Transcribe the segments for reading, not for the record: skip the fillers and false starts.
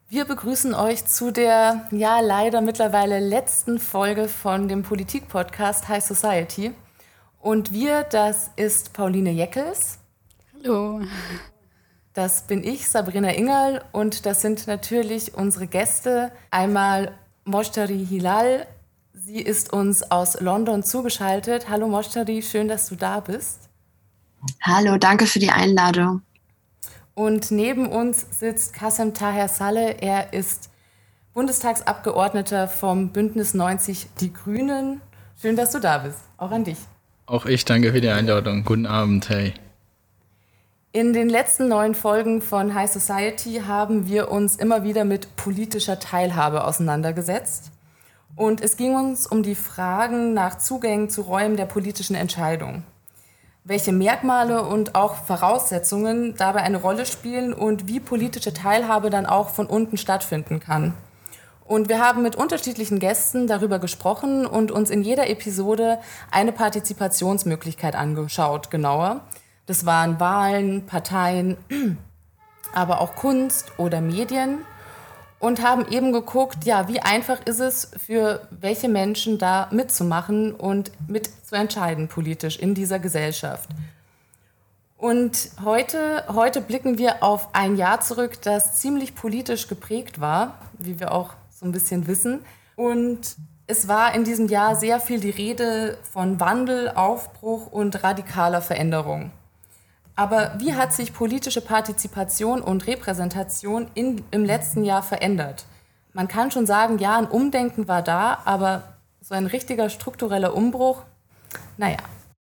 Wir begrüßen euch zu der, ja leider mittlerweile letzten Folge von dem Politik-Podcast High Society. Und wir, das ist Pauline Jeckels. Hallo. Das bin ich, Sabrina Ingerl, und das sind natürlich unsere Gäste. Einmal Moshtari Hilal. Sie ist uns aus London zugeschaltet. Hallo Moshtari, schön, dass du da bist. Hallo, danke für die Einladung. Und neben uns sitzt Kassem Taher Saleh. Er ist Bundestagsabgeordneter vom Bündnis 90 Die Grünen. Schön, dass du da bist. Auch an dich. Auch ich danke für die Einladung. Guten Abend, hey. In den letzten 9 Folgen von High Society haben wir uns immer wieder mit politischer Teilhabe auseinandergesetzt. Und es ging uns um die Fragen nach Zugängen zu Räumen der politischen Entscheidung. Welche Merkmale und auch Voraussetzungen dabei eine Rolle spielen und wie politische Teilhabe dann auch von unten stattfinden kann. Und wir haben mit unterschiedlichen Gästen darüber gesprochen und uns in jeder Episode eine Partizipationsmöglichkeit angeschaut, genauer. Das waren Wahlen, Parteien, aber auch Kunst oder Medien und haben eben geguckt, ja, wie einfach ist es für welche Menschen da mitzumachen und mitzuentscheiden politisch in dieser Gesellschaft. Und heute blicken wir auf ein Jahr zurück, das ziemlich politisch geprägt war, wie wir auch so ein bisschen wissen. Und es war in diesem Jahr sehr viel die Rede von Wandel, Aufbruch und radikaler Veränderung. Aber wie hat sich politische Partizipation und Repräsentation im letzten Jahr verändert? Man kann schon sagen, ja, ein Umdenken war da, aber so ein richtiger struktureller Umbruch, naja.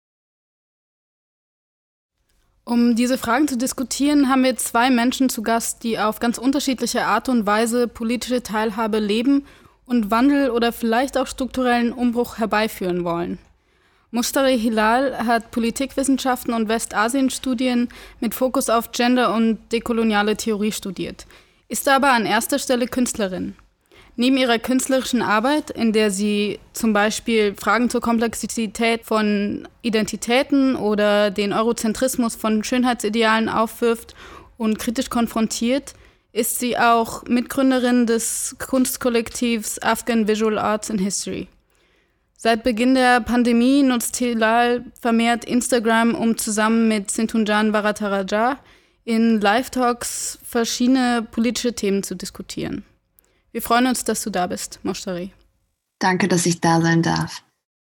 Um diese Fragen zu diskutieren, haben wir 2 Menschen zu Gast, die auf ganz unterschiedliche Art und Weise politische Teilhabe leben und Wandel oder vielleicht auch strukturellen Umbruch herbeiführen wollen. Moshtari Hilal hat Politikwissenschaften und Westasienstudien mit Fokus auf Gender und dekoloniale Theorie studiert, ist aber an erster Stelle Künstlerin. Neben ihrer künstlerischen Arbeit, in der sie zum Beispiel Fragen zur Komplexität von Identitäten oder den Eurozentrismus von Schönheitsidealen aufwirft und kritisch konfrontiert, ist sie auch Mitgründerin des Kunstkollektivs Afghan Visual Arts and History. Seit Beginn der Pandemie nutzt Hilal vermehrt Instagram, um zusammen mit Sintunjan Bhattacharya in Live-Talks verschiedene politische Themen zu diskutieren. Wir freuen uns, dass du da bist, Moshtari. Danke, dass ich da sein darf.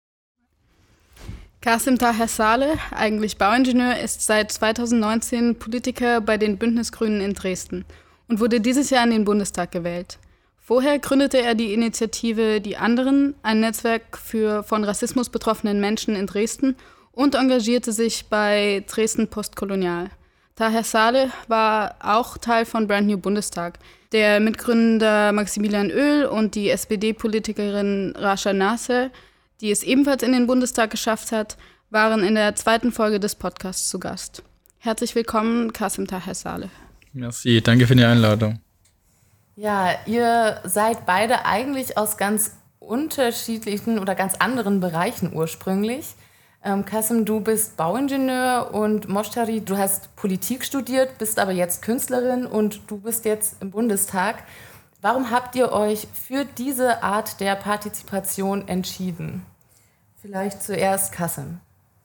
Kassem Taher Saleh, eigentlich Bauingenieur, ist seit 2019 Politiker bei den Bündnisgrünen in Dresden und wurde dieses Jahr in den Bundestag gewählt. Vorher gründete er die Initiative Die Anderen, ein Netzwerk von Rassismus betroffenen Menschen in Dresden, und engagierte sich bei Dresden Postkolonial. Taher Saleh war auch Teil von Brand New Bundestag. Der Mitgründer Maximilian Oehl und die SPD-Politikerin Rasha Nasser, die es ebenfalls in den Bundestag geschafft hat, waren in der 2. Folge des Podcasts zu Gast. Herzlich willkommen, Kassem Taher Saleh. Merci, danke für die Einladung. Ja, ihr seid beide eigentlich aus ganz unterschiedlichen oder ganz anderen Bereichen ursprünglich. Kassem, du bist Bauingenieur und Moshtari, du hast Politik studiert, bist aber jetzt Künstlerin und du bist jetzt im Bundestag. Warum habt ihr euch für diese Art der Partizipation entschieden? Vielleicht zuerst Kassem.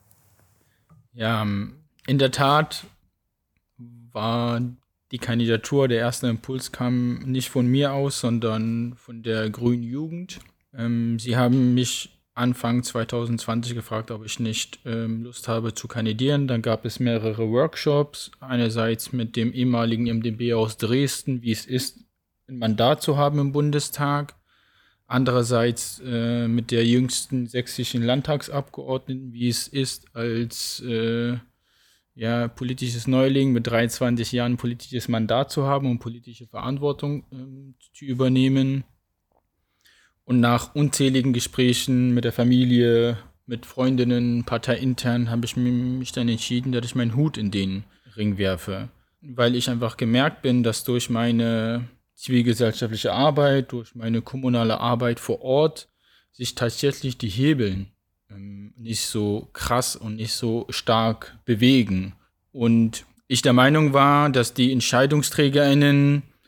Ja, in der Tat war die Kandidatur, der erste Impuls kam nicht von mir aus, sondern von der Grünen Jugend. Sie haben mich Anfang 2020 gefragt, ob ich nicht Lust habe zu kandidieren. Dann gab es mehrere Workshops, einerseits mit dem ehemaligen MdB aus Dresden, wie es ist, ein Mandat zu haben im Bundestag. Andererseits mit der jüngsten sächsischen Landtagsabgeordneten, wie es ist, als politisches Neuling mit 23 Jahren ein politisches Mandat zu haben und politische Verantwortung zu übernehmen. Und nach unzähligen Gesprächen mit der Familie, mit Freundinnen, parteiintern, habe ich mich dann entschieden, dass ich meinen Hut in den Ring werfe. Weil ich einfach gemerkt bin, dass durch meine zivilgesellschaftliche Arbeit, durch meine kommunale Arbeit vor Ort sich tatsächlich die Hebeln nicht so krass und nicht so stark bewegen. Und ich der Meinung war, dass die EntscheidungsträgerInnen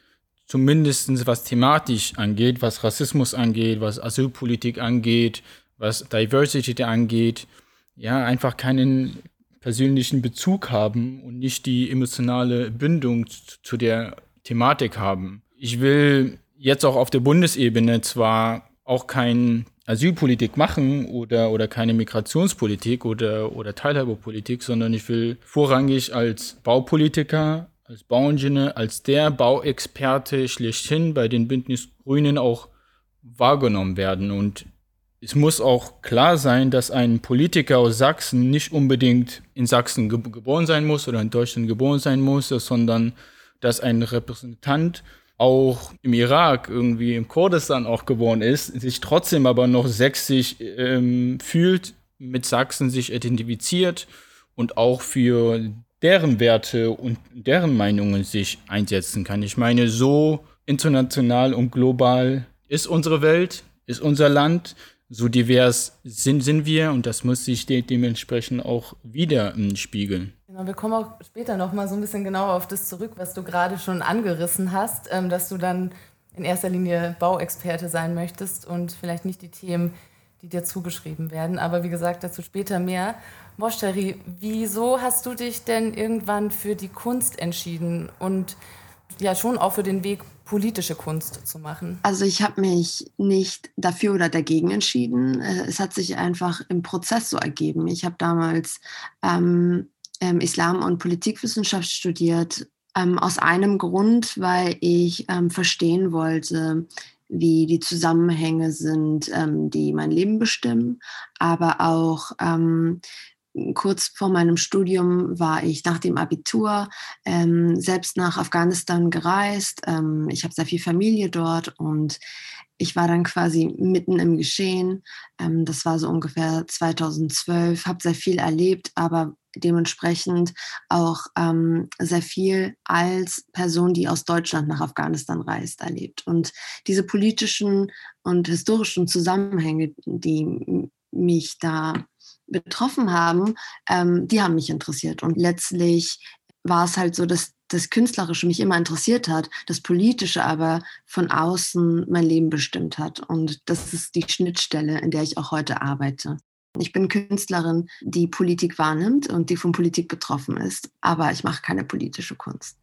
zumindest was thematisch angeht, was Rassismus angeht, was Asylpolitik angeht, was Diversity angeht, ja, einfach keinen persönlichen Bezug haben und nicht die emotionale Bindung zu der Thematik haben. Ich will jetzt auch auf der Bundesebene zwar auch keine Asylpolitik machen oder keine Migrationspolitik oder Teilhabepolitik, sondern ich will vorrangig als Baupolitiker, als Bauingenieur, als der Bauexperte schlechthin bei den Bündnis Grünen auch wahrgenommen werden. Und es muss auch klar sein, dass ein Politiker aus Sachsen nicht unbedingt in Sachsen geboren sein muss oder in Deutschland geboren sein muss, sondern dass ein Repräsentant auch im Irak, irgendwie im Kurdistan auch geboren ist, sich trotzdem aber noch sächsisch fühlt, mit Sachsen sich identifiziert und auch für deren Werte und deren Meinungen sich einsetzen kann. Ich meine, so international und global ist unsere Welt, ist unser Land, so divers sind wir und das muss sich dementsprechend auch wieder spiegeln. Genau, wir kommen auch später nochmal so ein bisschen genauer auf das zurück, was du gerade schon angerissen hast, dass du dann in erster Linie Bauexperte sein möchtest und vielleicht nicht die Themen, die dir zugeschrieben werden. Aber wie gesagt, dazu später mehr. Moshtari, wieso hast du dich denn irgendwann für die Kunst entschieden und ja schon auch für den Weg, politische Kunst zu machen? Also ich habe mich nicht dafür oder dagegen entschieden. Es hat sich einfach im Prozess so ergeben. Ich habe damals Islam- und Politikwissenschaft studiert, aus einem Grund, weil ich verstehen wollte, wie die Zusammenhänge sind, die mein Leben bestimmen, aber auch kurz vor meinem Studium war ich nach dem Abitur selbst nach Afghanistan gereist. Ich habe sehr viel Familie dort und ich war dann quasi mitten im Geschehen. Das war so ungefähr 2012, habe sehr viel erlebt, aber dementsprechend auch sehr viel als Person, die aus Deutschland nach Afghanistan reist, erlebt. Und diese politischen und historischen Zusammenhänge, die mich da betroffen haben, die haben mich interessiert. Und letztlich war es halt so, dass das Künstlerische mich immer interessiert hat, das Politische aber von außen mein Leben bestimmt hat. Und das ist die Schnittstelle, in der ich auch heute arbeite. Ich bin Künstlerin, die Politik wahrnimmt und die von Politik betroffen ist, aber ich mache keine politische Kunst.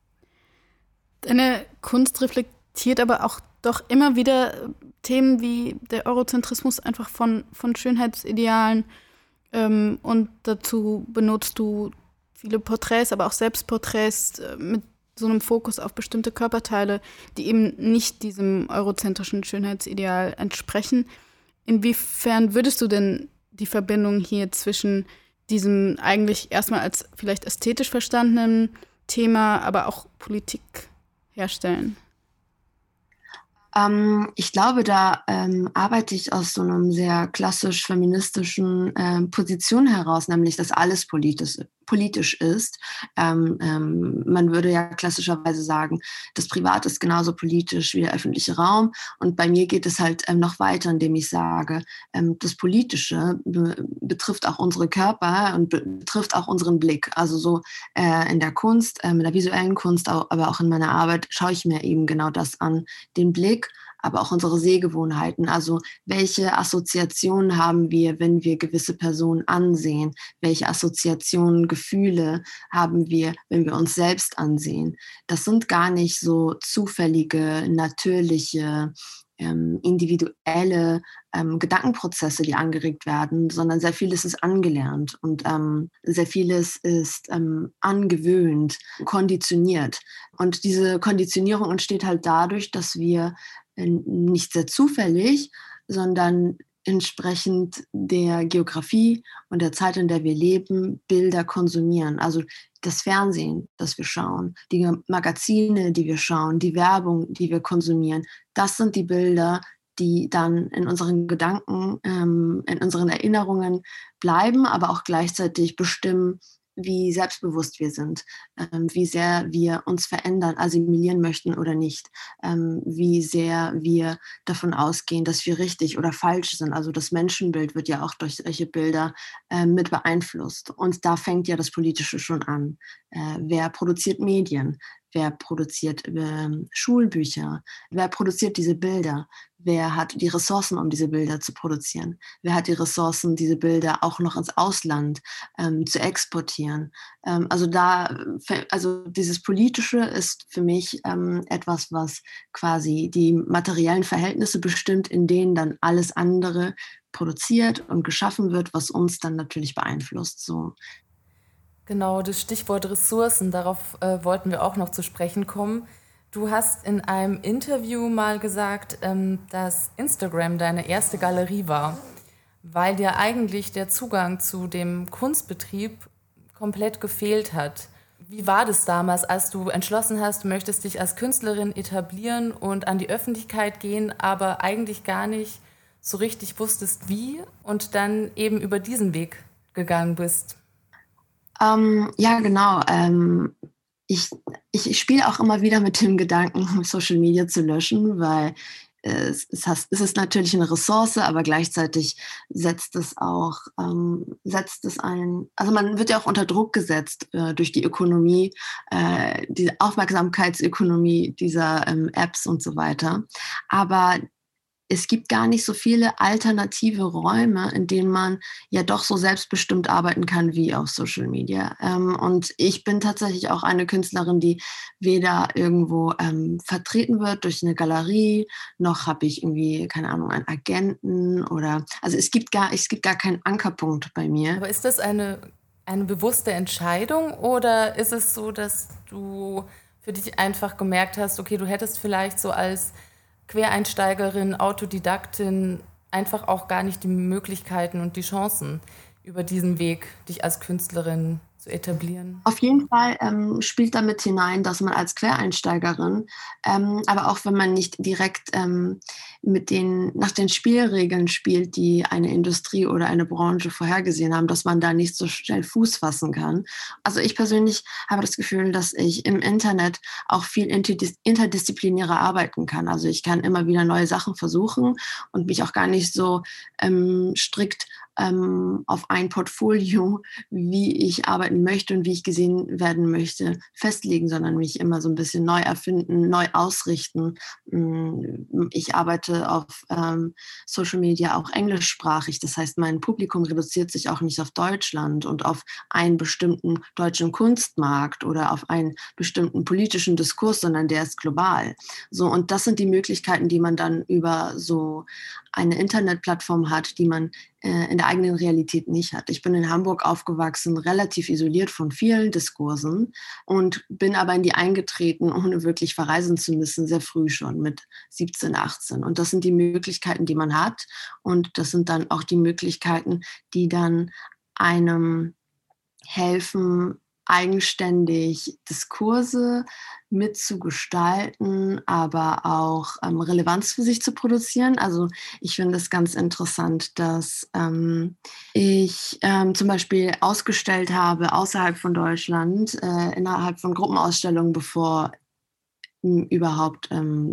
Deine Kunst reflektiert aber auch doch immer wieder Themen wie der Eurozentrismus einfach von Schönheitsidealen und dazu benutzt du viele Porträts, aber auch Selbstporträts mit so einem Fokus auf bestimmte Körperteile, die eben nicht diesem eurozentrischen Schönheitsideal entsprechen. Inwiefern würdest du denn die Verbindung hier zwischen diesem eigentlich erstmal als vielleicht ästhetisch verstandenen Thema, aber auch Politik herstellen? Ich glaube, da arbeite ich aus so einem sehr klassisch feministischen Position heraus, nämlich, dass alles politisch ist. Man würde ja klassischerweise sagen, das Privat ist genauso politisch wie der öffentliche Raum. Und bei mir geht es halt noch weiter, indem ich sage, das Politische betrifft auch unsere Körper und betrifft auch unseren Blick. Also so in der Kunst, in der visuellen Kunst, aber auch in meiner Arbeit schaue ich mir eben genau das an, den Blick, aber auch unsere Sehgewohnheiten. Also welche Assoziationen haben wir, wenn wir gewisse Personen ansehen? Welche Assoziationen, Gefühle haben wir, wenn wir uns selbst ansehen? Das sind gar nicht so zufällige, natürliche, individuelle Gedankenprozesse, die angeregt werden, sondern sehr vieles ist angelernt und sehr vieles ist angewöhnt, konditioniert. Und diese Konditionierung entsteht halt dadurch, dass wir nicht sehr zufällig, sondern entsprechend der Geografie und der Zeit, in der wir leben, Bilder konsumieren. Also das Fernsehen, das wir schauen, die Magazine, die wir schauen, die Werbung, die wir konsumieren, das sind die Bilder, die dann in unseren Gedanken, in unseren Erinnerungen bleiben, aber auch gleichzeitig bestimmen, wie selbstbewusst wir sind, wie sehr wir uns verändern, assimilieren möchten oder nicht, wie sehr wir davon ausgehen, dass wir richtig oder falsch sind. Also das Menschenbild wird ja auch durch solche Bilder mit beeinflusst. Und da fängt ja das Politische schon an. Wer produziert Medien? Wer produziert Schulbücher? Wer produziert diese Bilder? Wer hat die Ressourcen, um diese Bilder zu produzieren? Wer hat die Ressourcen, diese Bilder auch noch ins Ausland zu exportieren? Also dieses Politische ist für mich etwas, was quasi die materiellen Verhältnisse bestimmt, in denen dann alles andere produziert und geschaffen wird, was uns dann natürlich beeinflusst. So. Genau, das Stichwort Ressourcen, darauf wollten wir auch noch zu sprechen kommen. Du hast in einem Interview mal gesagt, dass Instagram deine erste Galerie war, weil dir eigentlich der Zugang zu dem Kunstbetrieb komplett gefehlt hat. Wie war das damals, als du entschlossen hast, du möchtest dich als Künstlerin etablieren und an die Öffentlichkeit gehen, aber eigentlich gar nicht so richtig wusstest, wie, und dann eben über diesen Weg gegangen bist? Ja, genau. Ich spiele auch immer wieder mit dem Gedanken, Social Media zu löschen, weil es ist natürlich eine Ressource, aber gleichzeitig setzt es ein, also man wird ja auch unter Druck gesetzt durch die Ökonomie, die Aufmerksamkeitsökonomie dieser Apps und so weiter. Aber es gibt gar nicht so viele alternative Räume, in denen man ja doch so selbstbestimmt arbeiten kann wie auf Social Media. Und ich bin tatsächlich auch eine Künstlerin, die weder irgendwo vertreten wird durch eine Galerie, noch habe ich irgendwie, keine Ahnung, einen Agenten oder, also es gibt gar keinen Ankerpunkt bei mir. Aber ist das eine bewusste Entscheidung oder ist es so, dass du für dich einfach gemerkt hast, okay, du hättest vielleicht so als Quereinsteigerin, Autodidaktin einfach auch gar nicht die Möglichkeiten und die Chancen, über diesen Weg dich als Künstlerin zu etablieren? Auf jeden Fall spielt damit hinein, dass man als Quereinsteigerin, aber auch wenn man nicht direkt nach den Spielregeln spielt, die eine Industrie oder eine Branche vorhergesehen haben, dass man da nicht so schnell Fuß fassen kann. Also ich persönlich habe das Gefühl, dass ich im Internet auch viel interdisziplinärer arbeiten kann. Also ich kann immer wieder neue Sachen versuchen und mich auch gar nicht so strikt auf ein Portfolio, wie ich arbeiten möchte und wie ich gesehen werden möchte, festlegen, sondern mich immer so ein bisschen neu erfinden, neu ausrichten. Ich arbeite auf Social Media auch englischsprachig. Das heißt, mein Publikum reduziert sich auch nicht auf Deutschland und auf einen bestimmten deutschen Kunstmarkt oder auf einen bestimmten politischen Diskurs, sondern der ist global. So, und das sind die Möglichkeiten, die man dann über so eine Internetplattform hat, die man in der eigenen Realität nicht hat. Ich bin in Hamburg aufgewachsen, relativ isoliert von vielen Diskursen und bin aber in die eingetreten, ohne wirklich verreisen zu müssen, sehr früh schon mit 17, 18. Und das sind die Möglichkeiten, die man hat. Und das sind dann auch die Möglichkeiten, die dann einem helfen, eigenständig Diskurse mitzugestalten, aber auch Relevanz für sich zu produzieren. Also ich finde es ganz interessant, dass ich zum Beispiel ausgestellt habe außerhalb von Deutschland, innerhalb von Gruppenausstellungen, bevor überhaupt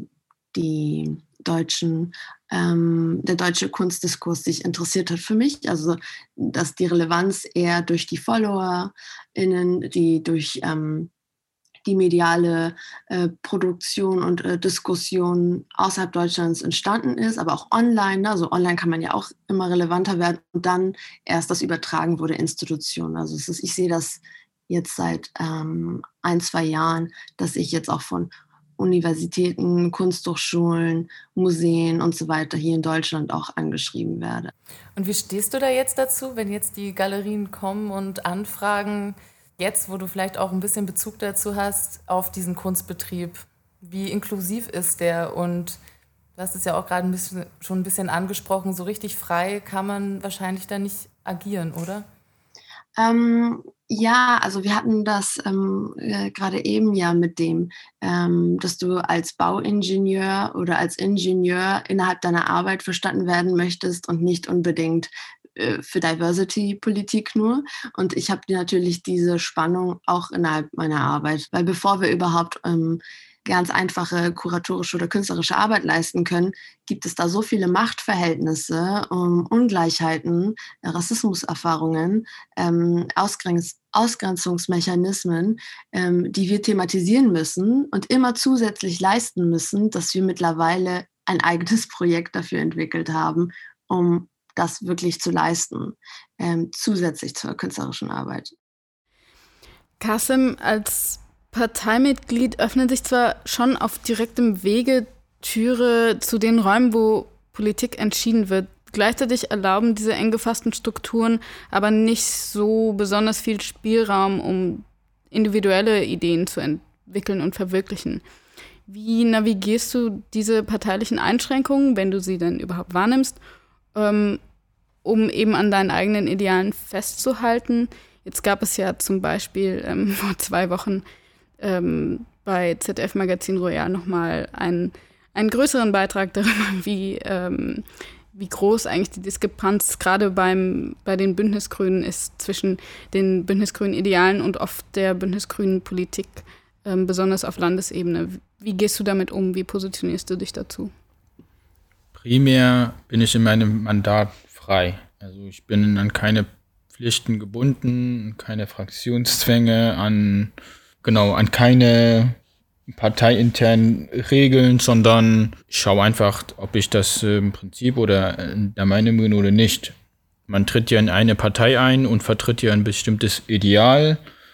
der deutsche Kunstdiskurs sich interessiert hat für mich. Also dass die Relevanz eher durch die FollowerInnen, die durch die mediale Produktion und Diskussion außerhalb Deutschlands entstanden ist, aber auch online. Also online kann man ja auch immer relevanter werden und dann erst das übertragen wurde Institutionen. Also ich sehe das jetzt seit 1-2 Jahren, dass ich jetzt auch von Universitäten, Kunsthochschulen, Museen und so weiter hier in Deutschland auch angeschrieben werde. Und wie stehst du da jetzt dazu, wenn jetzt die Galerien kommen und anfragen, jetzt, wo du vielleicht auch ein bisschen Bezug dazu hast, auf diesen Kunstbetrieb? Wie inklusiv ist der? Und du hast es ja auch gerade schon ein bisschen angesprochen, so richtig frei kann man wahrscheinlich da nicht agieren, oder? Ja, also wir hatten das gerade eben ja mit dem, dass du als Bauingenieur oder als Ingenieur innerhalb deiner Arbeit verstanden werden möchtest und nicht unbedingt für Diversity-Politik nur. Und ich habe natürlich diese Spannung auch innerhalb meiner Arbeit. Weil bevor wir überhaupt ganz einfache kuratorische oder künstlerische Arbeit leisten können, gibt es da so viele Machtverhältnisse, Ungleichheiten, Rassismuserfahrungen, Ausgrenzungsmechanismen, die wir thematisieren müssen und immer zusätzlich leisten müssen, dass wir mittlerweile ein eigenes Projekt dafür entwickelt haben, um das wirklich zu leisten, zusätzlich zur künstlerischen Arbeit. Kasim, als Parteimitglied öffnet sich zwar schon auf direktem Wege Türe zu den Räumen, wo Politik entschieden wird. Gleichzeitig erlauben diese eng gefassten Strukturen aber nicht so besonders viel Spielraum, um individuelle Ideen zu entwickeln und verwirklichen. Wie navigierst du diese parteilichen Einschränkungen, wenn du sie denn überhaupt wahrnimmst, um eben an deinen eigenen Idealen festzuhalten? Jetzt gab es ja zum Beispiel vor 2 Wochen bei ZDF Magazin Royal nochmal einen größeren Beitrag darüber, wie groß eigentlich die Diskrepanz gerade bei den Bündnisgrünen ist zwischen den bündnisgrünen Idealen und oft der bündnisgrünen Politik, besonders auf Landesebene. Wie gehst du damit um? Wie positionierst du dich dazu? Primär bin ich in meinem Mandat frei. Also ich bin an keine Pflichten gebunden, keine Fraktionszwänge, an keine parteiinternen Regeln, sondern ich schaue einfach, ob ich das im Prinzip oder der Meinung bin oder nicht. Man tritt ja in eine Partei ein und vertritt ja ein bestimmtes Ideal.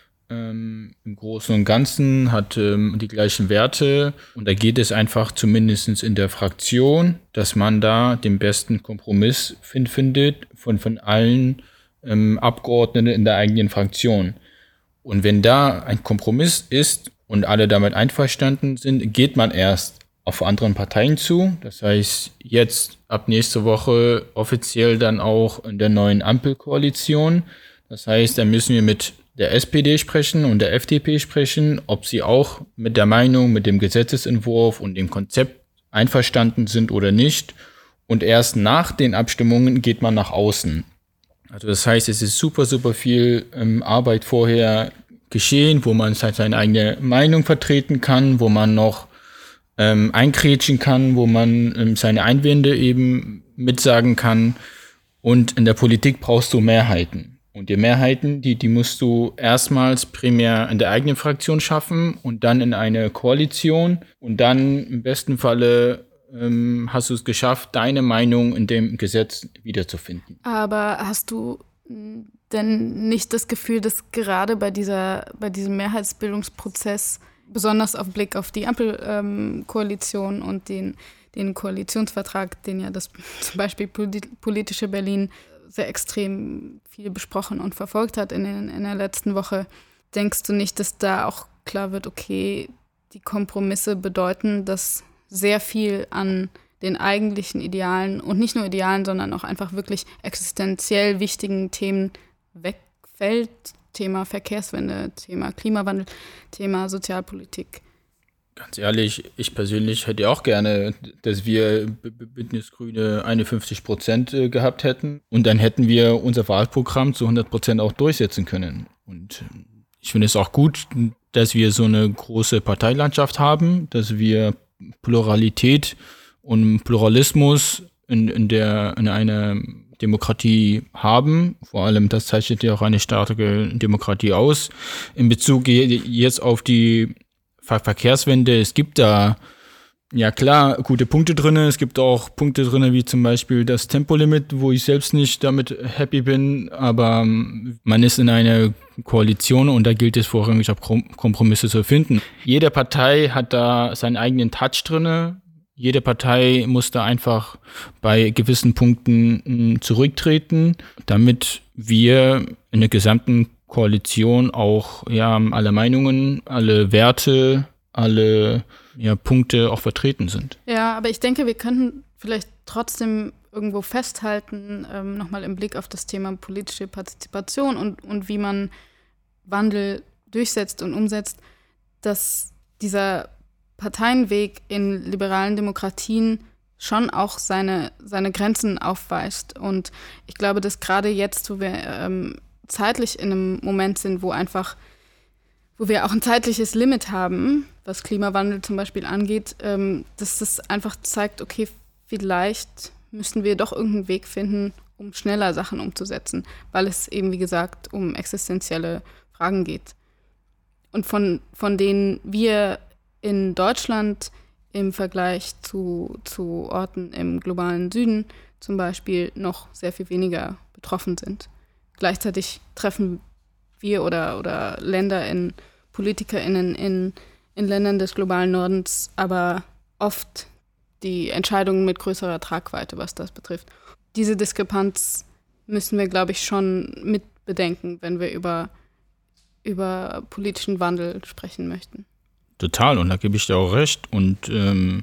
Im Großen und Ganzen hat die gleichen Werte und da geht es einfach zumindest in der Fraktion, dass man da den besten Kompromiss findet von allen Abgeordneten in der eigenen Fraktion. Und wenn da ein Kompromiss ist und alle damit einverstanden sind, geht man erst auf anderen Parteien zu. Das heißt, jetzt ab nächste Woche offiziell dann auch in der neuen Ampelkoalition. Das heißt, da müssen wir mit der SPD sprechen und der FDP sprechen, ob sie auch mit der Meinung, mit dem Gesetzesentwurf und dem Konzept einverstanden sind oder nicht. Und erst nach den Abstimmungen geht man nach außen. Also das heißt, es ist super, super viel Arbeit vorher geschehen, wo man seine eigene Meinung vertreten kann, wo man noch einkrätschen kann, wo man seine Einwände eben mitsagen kann. Und in der Politik brauchst du Mehrheiten. Und die Mehrheiten, die musst du erstmals primär in der eigenen Fraktion schaffen und dann in eine Koalition. Und dann im besten Falle hast du es geschafft, deine Meinung in dem Gesetz wiederzufinden. Aber hast du denn nicht das Gefühl, dass gerade bei diesem Mehrheitsbildungsprozess, besonders auf Blick auf die Ampelkoalition und den Koalitionsvertrag, den ja das zum Beispiel politische Berlin sehr extrem viel besprochen und verfolgt hat in der letzten Woche, denkst du nicht, dass da auch klar wird, okay, die Kompromisse bedeuten, dass sehr viel an den eigentlichen Idealen und nicht nur Idealen, sondern auch einfach wirklich existenziell wichtigen Themen wegfällt? Thema Verkehrswende, Thema Klimawandel, Thema Sozialpolitik. Ganz ehrlich, ich persönlich hätte auch gerne, dass wir Bündnisgrüne 51% gehabt hätten und dann hätten wir unser Wahlprogramm zu 100% auch durchsetzen können. Und ich finde es auch gut, dass wir so eine große Parteilandschaft haben, dass wir Pluralität und Pluralismus in einer Demokratie haben. Vor allem, das zeichnet ja auch eine starke Demokratie aus. In Bezug jetzt auf die Verkehrswende, es gibt da, ja klar, gute Punkte drin. Es gibt auch Punkte drin, wie zum Beispiel das Tempolimit, wo ich selbst nicht damit happy bin. Aber man ist in einer Koalition und da gilt es vorrangig, auch Kompromisse zu finden. Jede Partei hat da seinen eigenen Touch drin. Jede Partei muss da einfach bei gewissen Punkten zurücktreten, damit wir in der gesamten Koalition auch alle Meinungen, alle Werte, alle Punkte auch vertreten sind. Ja, aber ich denke, wir könnten vielleicht trotzdem irgendwo festhalten, nochmal im Blick auf das Thema politische Partizipation und wie man Wandel durchsetzt und umsetzt, dass dieser Parteienweg in liberalen Demokratien schon auch seine Grenzen aufweist. Und ich glaube, dass gerade jetzt, wo wir zeitlich in einem Moment sind, wo wir auch ein zeitliches Limit haben, was Klimawandel zum Beispiel angeht, dass das einfach zeigt, okay, vielleicht müssen wir doch irgendeinen Weg finden, um schneller Sachen umzusetzen, weil es eben, wie gesagt, um existenzielle Fragen geht. Und von denen wir in Deutschland im Vergleich zu Orten im globalen Süden zum Beispiel noch sehr viel weniger betroffen sind. Gleichzeitig treffen wir oder PolitikerInnen in Ländern des globalen Nordens aber oft die Entscheidungen mit größerer Tragweite, was das betrifft. Diese Diskrepanz müssen wir, glaube ich, schon mit bedenken, wenn wir über politischen Wandel sprechen möchten. Total, und da gebe ich dir auch recht. Und den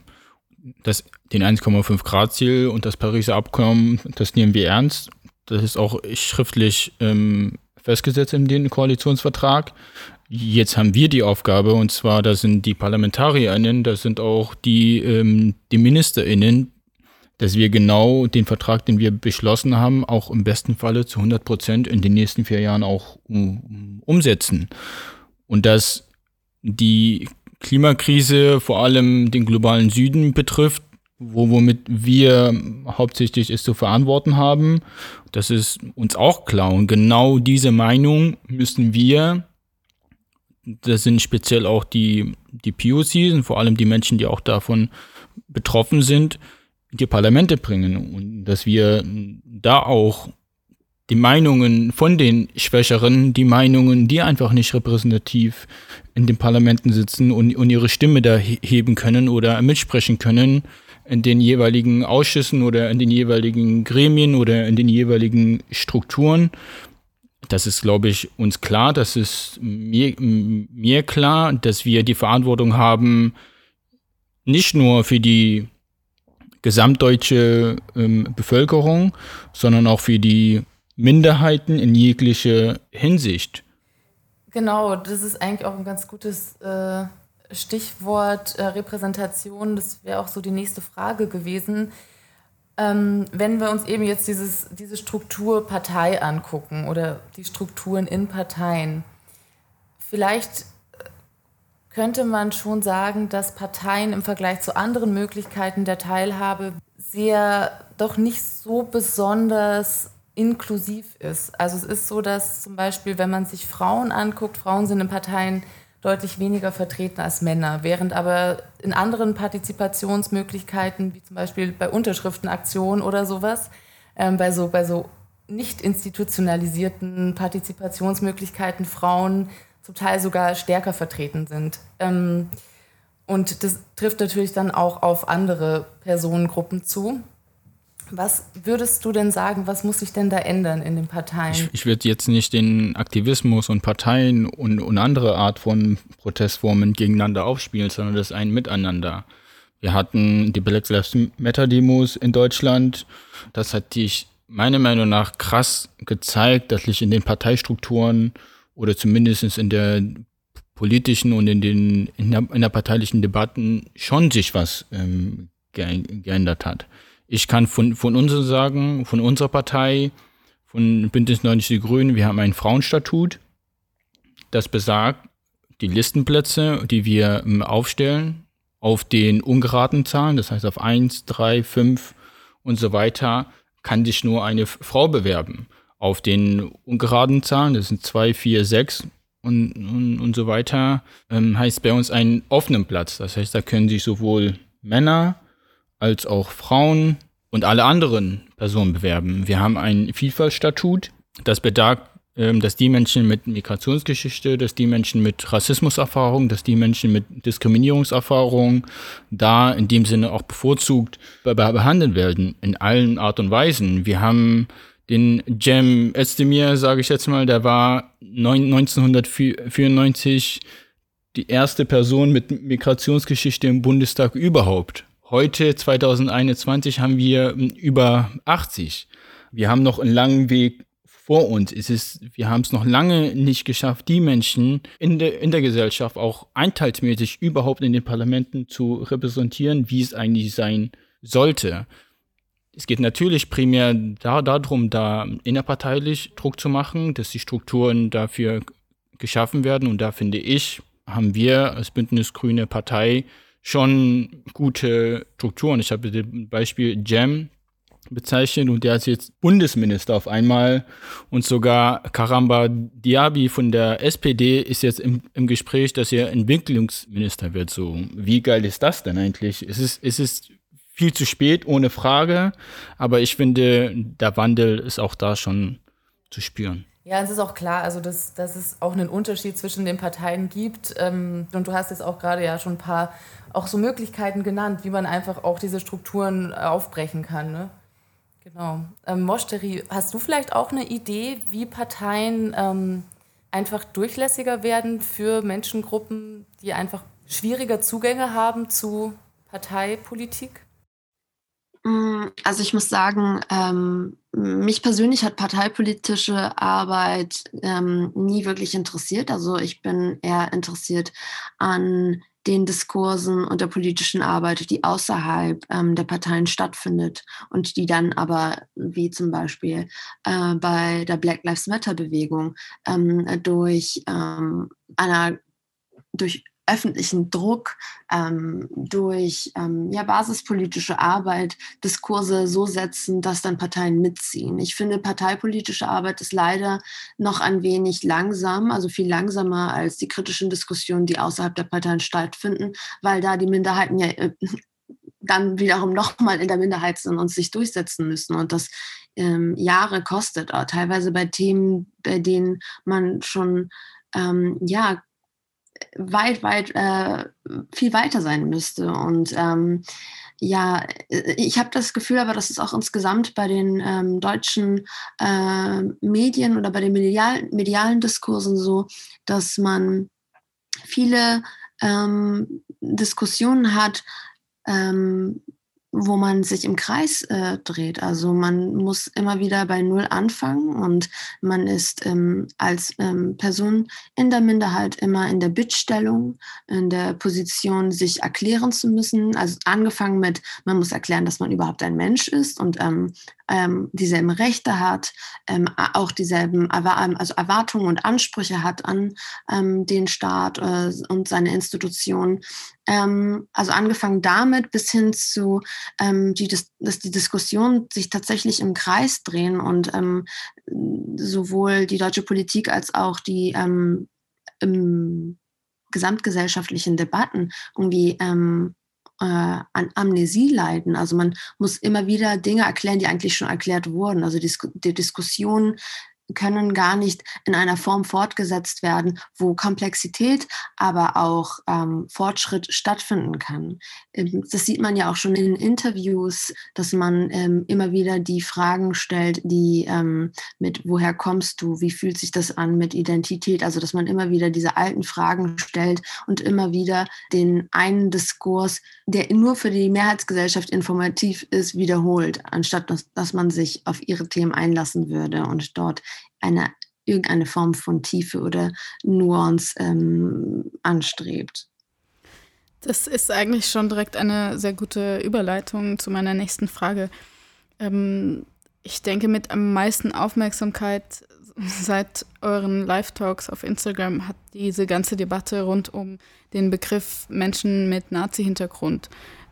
1,5 Grad Ziel und das Pariser Abkommen, das nehmen wir ernst. Das ist auch schriftlich festgesetzt in den Koalitionsvertrag. Jetzt haben wir die Aufgabe, und zwar, das sind die ParlamentarierInnen, das sind auch die MinisterInnen, dass wir genau den Vertrag, den wir beschlossen haben, auch im besten Falle zu 100% in den nächsten 4 Jahren auch umsetzen. Und dass die Klimakrise vor allem den globalen Süden betrifft, womit wir hauptsächlich es zu verantworten haben, das ist uns auch klar. Und genau diese Meinung müssen wir, das sind speziell auch die POCs und vor allem die Menschen, die auch davon betroffen sind, in die Parlamente bringen. Und dass wir da auch die Meinungen von den Schwächeren, die Meinungen, die einfach nicht repräsentativ in den Parlamenten sitzen und ihre Stimme da heben können oder mitsprechen können, in den jeweiligen Ausschüssen oder in den jeweiligen Gremien oder in den jeweiligen Strukturen. Das ist, glaube ich, uns klar. Das ist mir klar, dass wir die Verantwortung haben, nicht nur für die gesamtdeutsche Bevölkerung, sondern auch für die Minderheiten in jeglicher Hinsicht. Genau, das ist eigentlich auch ein ganz gutes Stichwort Repräsentation. Das wäre auch so die nächste Frage gewesen. Wenn wir uns eben jetzt diese Struktur Partei angucken oder die Strukturen in Parteien, vielleicht könnte man schon sagen, dass Parteien im Vergleich zu anderen Möglichkeiten der Teilhabe doch nicht so besonders inklusiv ist. Also es ist so, dass zum Beispiel, wenn man sich Frauen anguckt, Frauen sind in Parteien deutlich weniger vertreten als Männer, während aber in anderen Partizipationsmöglichkeiten, wie zum Beispiel bei Unterschriftenaktionen oder sowas, bei so nicht institutionalisierten Partizipationsmöglichkeiten Frauen zum Teil sogar stärker vertreten sind. Und das trifft natürlich dann auch auf andere Personengruppen zu. Was würdest du denn sagen, was muss sich denn da ändern in den Parteien? Ich würde jetzt nicht den Aktivismus und Parteien und andere Art von Protestformen gegeneinander aufspielen, sondern das ist ein Miteinander. Wir hatten die Black Lives Matter Demos in Deutschland. Das hat sich meiner Meinung nach krass gezeigt, dass sich in den Parteistrukturen oder zumindest in der politischen und in der parteilichen Debatten schon sich was geändert hat. Ich kann von uns sagen, von unserer Partei, von Bündnis 90 Die Grünen, wir haben ein Frauenstatut, das besagt, die Listenplätze, die wir aufstellen, auf den ungeraden Zahlen, das heißt auf 1, 3, 5 und so weiter, kann sich nur eine Frau bewerben. Auf den ungeraden Zahlen, das sind 2, 4, 6 und so weiter, heißt bei uns einen offenen Platz. Das heißt, da können sich sowohl Männer als auch Frauen und alle anderen Personen bewerben. Wir haben ein Vielfaltstatut, das besagt, dass die Menschen mit Migrationsgeschichte, dass die Menschen mit Rassismuserfahrung, dass die Menschen mit Diskriminierungserfahrung da in dem Sinne auch bevorzugt behandelt werden, in allen Art und Weisen. Wir haben den Cem Özdemir, sage ich jetzt mal, der war 1994 die erste Person mit Migrationsgeschichte im Bundestag überhaupt. Heute, 2021, haben wir über 80. Wir haben noch einen langen Weg vor uns. Wir haben es noch lange nicht geschafft, die Menschen in der Gesellschaft auch einteilsmäßig überhaupt in den Parlamenten zu repräsentieren, wie es eigentlich sein sollte. Es geht natürlich primär darum, da innerparteilich Druck zu machen, dass die Strukturen dafür geschaffen werden. Und da finde ich, haben wir als Bündnis Grüne Partei schon gute Strukturen. Ich habe das Beispiel Cem bezeichnet und der ist jetzt Bundesminister auf einmal und sogar Karamba Diaby von der SPD ist jetzt im Gespräch, dass er Entwicklungsminister wird. So, wie geil ist das denn eigentlich? Es ist viel zu spät, ohne Frage, aber ich finde, der Wandel ist auch da schon zu spüren. Ja, es ist auch klar, also dass es auch einen Unterschied zwischen den Parteien gibt. Und du hast jetzt auch gerade ja schon ein paar auch so Möglichkeiten genannt, wie man einfach auch diese Strukturen aufbrechen kann, ne? Genau. Moshteri, hast du vielleicht auch eine Idee, wie Parteien einfach durchlässiger werden für Menschengruppen, die einfach schwieriger Zugänge haben zu Parteipolitik? Also ich muss sagen, mich persönlich hat parteipolitische Arbeit nie wirklich interessiert. Also ich bin eher interessiert an den Diskursen und der politischen Arbeit, die außerhalb der Parteien stattfindet und die dann aber, wie zum Beispiel bei der Black Lives Matter-Bewegung, durch öffentlichen Druck, durch basispolitische Arbeit Diskurse so setzen, dass dann Parteien mitziehen. Ich finde, parteipolitische Arbeit ist leider noch ein wenig langsam, also viel langsamer als die kritischen Diskussionen, die außerhalb der Parteien stattfinden, weil da die Minderheiten ja dann wiederum nochmal in der Minderheit sind und sich durchsetzen müssen und das Jahre kostet, auch teilweise bei Themen, bei denen man schon viel weiter sein müsste. Und ich habe das Gefühl, aber das ist auch insgesamt bei den deutschen Medien oder bei den medialen Diskursen so, dass man viele Diskussionen hat, wo man sich im Kreis dreht. Also man muss immer wieder bei Null anfangen und man ist als Person in der Minderheit immer in der Bittstellung, in der Position, sich erklären zu müssen. Also angefangen mit, man muss erklären, dass man überhaupt ein Mensch ist und dieselben Rechte hat, auch dieselben Erwartungen und Ansprüche hat an den Staat und seine Institutionen. Also angefangen damit bis hin zu, dass die Diskussionen sich tatsächlich im Kreis drehen und sowohl die deutsche Politik als auch die gesamtgesellschaftlichen Debatten irgendwie an Amnesie leiden. Also man muss immer wieder Dinge erklären, die eigentlich schon erklärt wurden. Also die Diskussionen können gar nicht in einer Form fortgesetzt werden, wo Komplexität, aber auch Fortschritt stattfinden kann. Das sieht man ja auch schon in Interviews, dass man immer wieder die Fragen stellt, die mit woher kommst du, wie fühlt sich das an mit Identität, also dass man immer wieder diese alten Fragen stellt und immer wieder den einen Diskurs, der nur für die Mehrheitsgesellschaft informativ ist, wiederholt, anstatt dass man sich auf ihre Themen einlassen würde und dort irgendeine Form von Tiefe oder Nuance anstrebt. Das ist eigentlich schon direkt eine sehr gute Überleitung zu meiner nächsten Frage. Ich denke, mit am meisten Aufmerksamkeit seit euren Live-Talks auf Instagram hat diese ganze Debatte rund um den Begriff Menschen mit Nazi-Hintergrund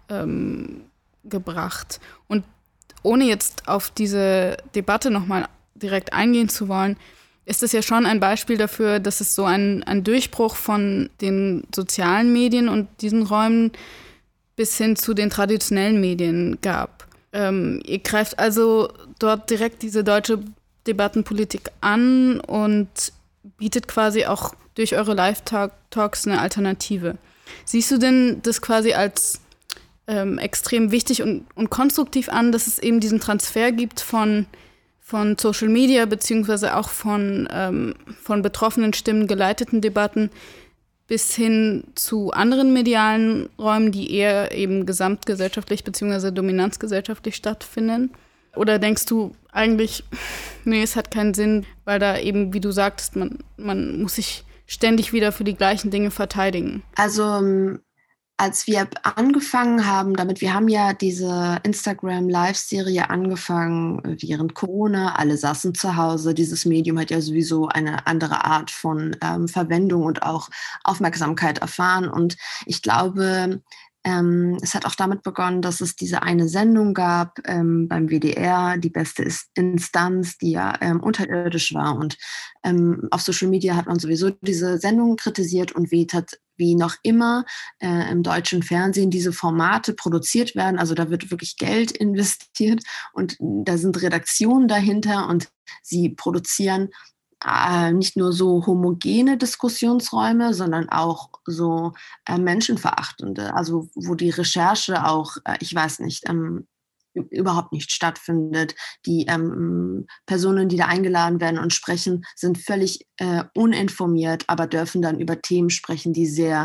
gebracht. Und ohne jetzt auf diese Debatte nochmal direkt eingehen zu wollen, ist es ja schon ein Beispiel dafür, dass es so einen Durchbruch von den sozialen Medien und diesen Räumen bis hin zu den traditionellen Medien gab. Ihr greift also dort direkt diese deutsche Debattenpolitik an und bietet quasi auch durch eure Live-Talks eine Alternative. Siehst du denn das quasi als extrem wichtig und konstruktiv an, dass es eben diesen Transfer gibt von Social Media beziehungsweise auch von betroffenen Stimmen geleiteten Debatten bis hin zu anderen medialen Räumen, die eher eben gesamtgesellschaftlich beziehungsweise dominanzgesellschaftlich stattfinden? Oder denkst du eigentlich, nee, es hat keinen Sinn, weil da eben, wie du sagtest, man muss sich ständig wieder für die gleichen Dinge verteidigen? Also als wir angefangen haben, wir haben ja diese Instagram-Live-Serie angefangen während Corona, alle saßen zu Hause, dieses Medium hat ja sowieso eine andere Art von Verwendung und auch Aufmerksamkeit erfahren und ich glaube, es hat auch damit begonnen, dass es diese eine Sendung gab beim WDR, die beste Instanz, die ja unterirdisch war. Und auf Social Media hat man sowieso diese Sendung kritisiert und wie noch immer im deutschen Fernsehen diese Formate produziert werden. Also da wird wirklich Geld investiert und da sind Redaktionen dahinter und sie produzieren nicht nur so homogene Diskussionsräume, sondern auch so menschenverachtende, also wo die Recherche auch, ich weiß nicht, überhaupt nicht stattfindet. Die Personen, die da eingeladen werden und sprechen, sind völlig uninformiert, aber dürfen dann über Themen sprechen, die sehr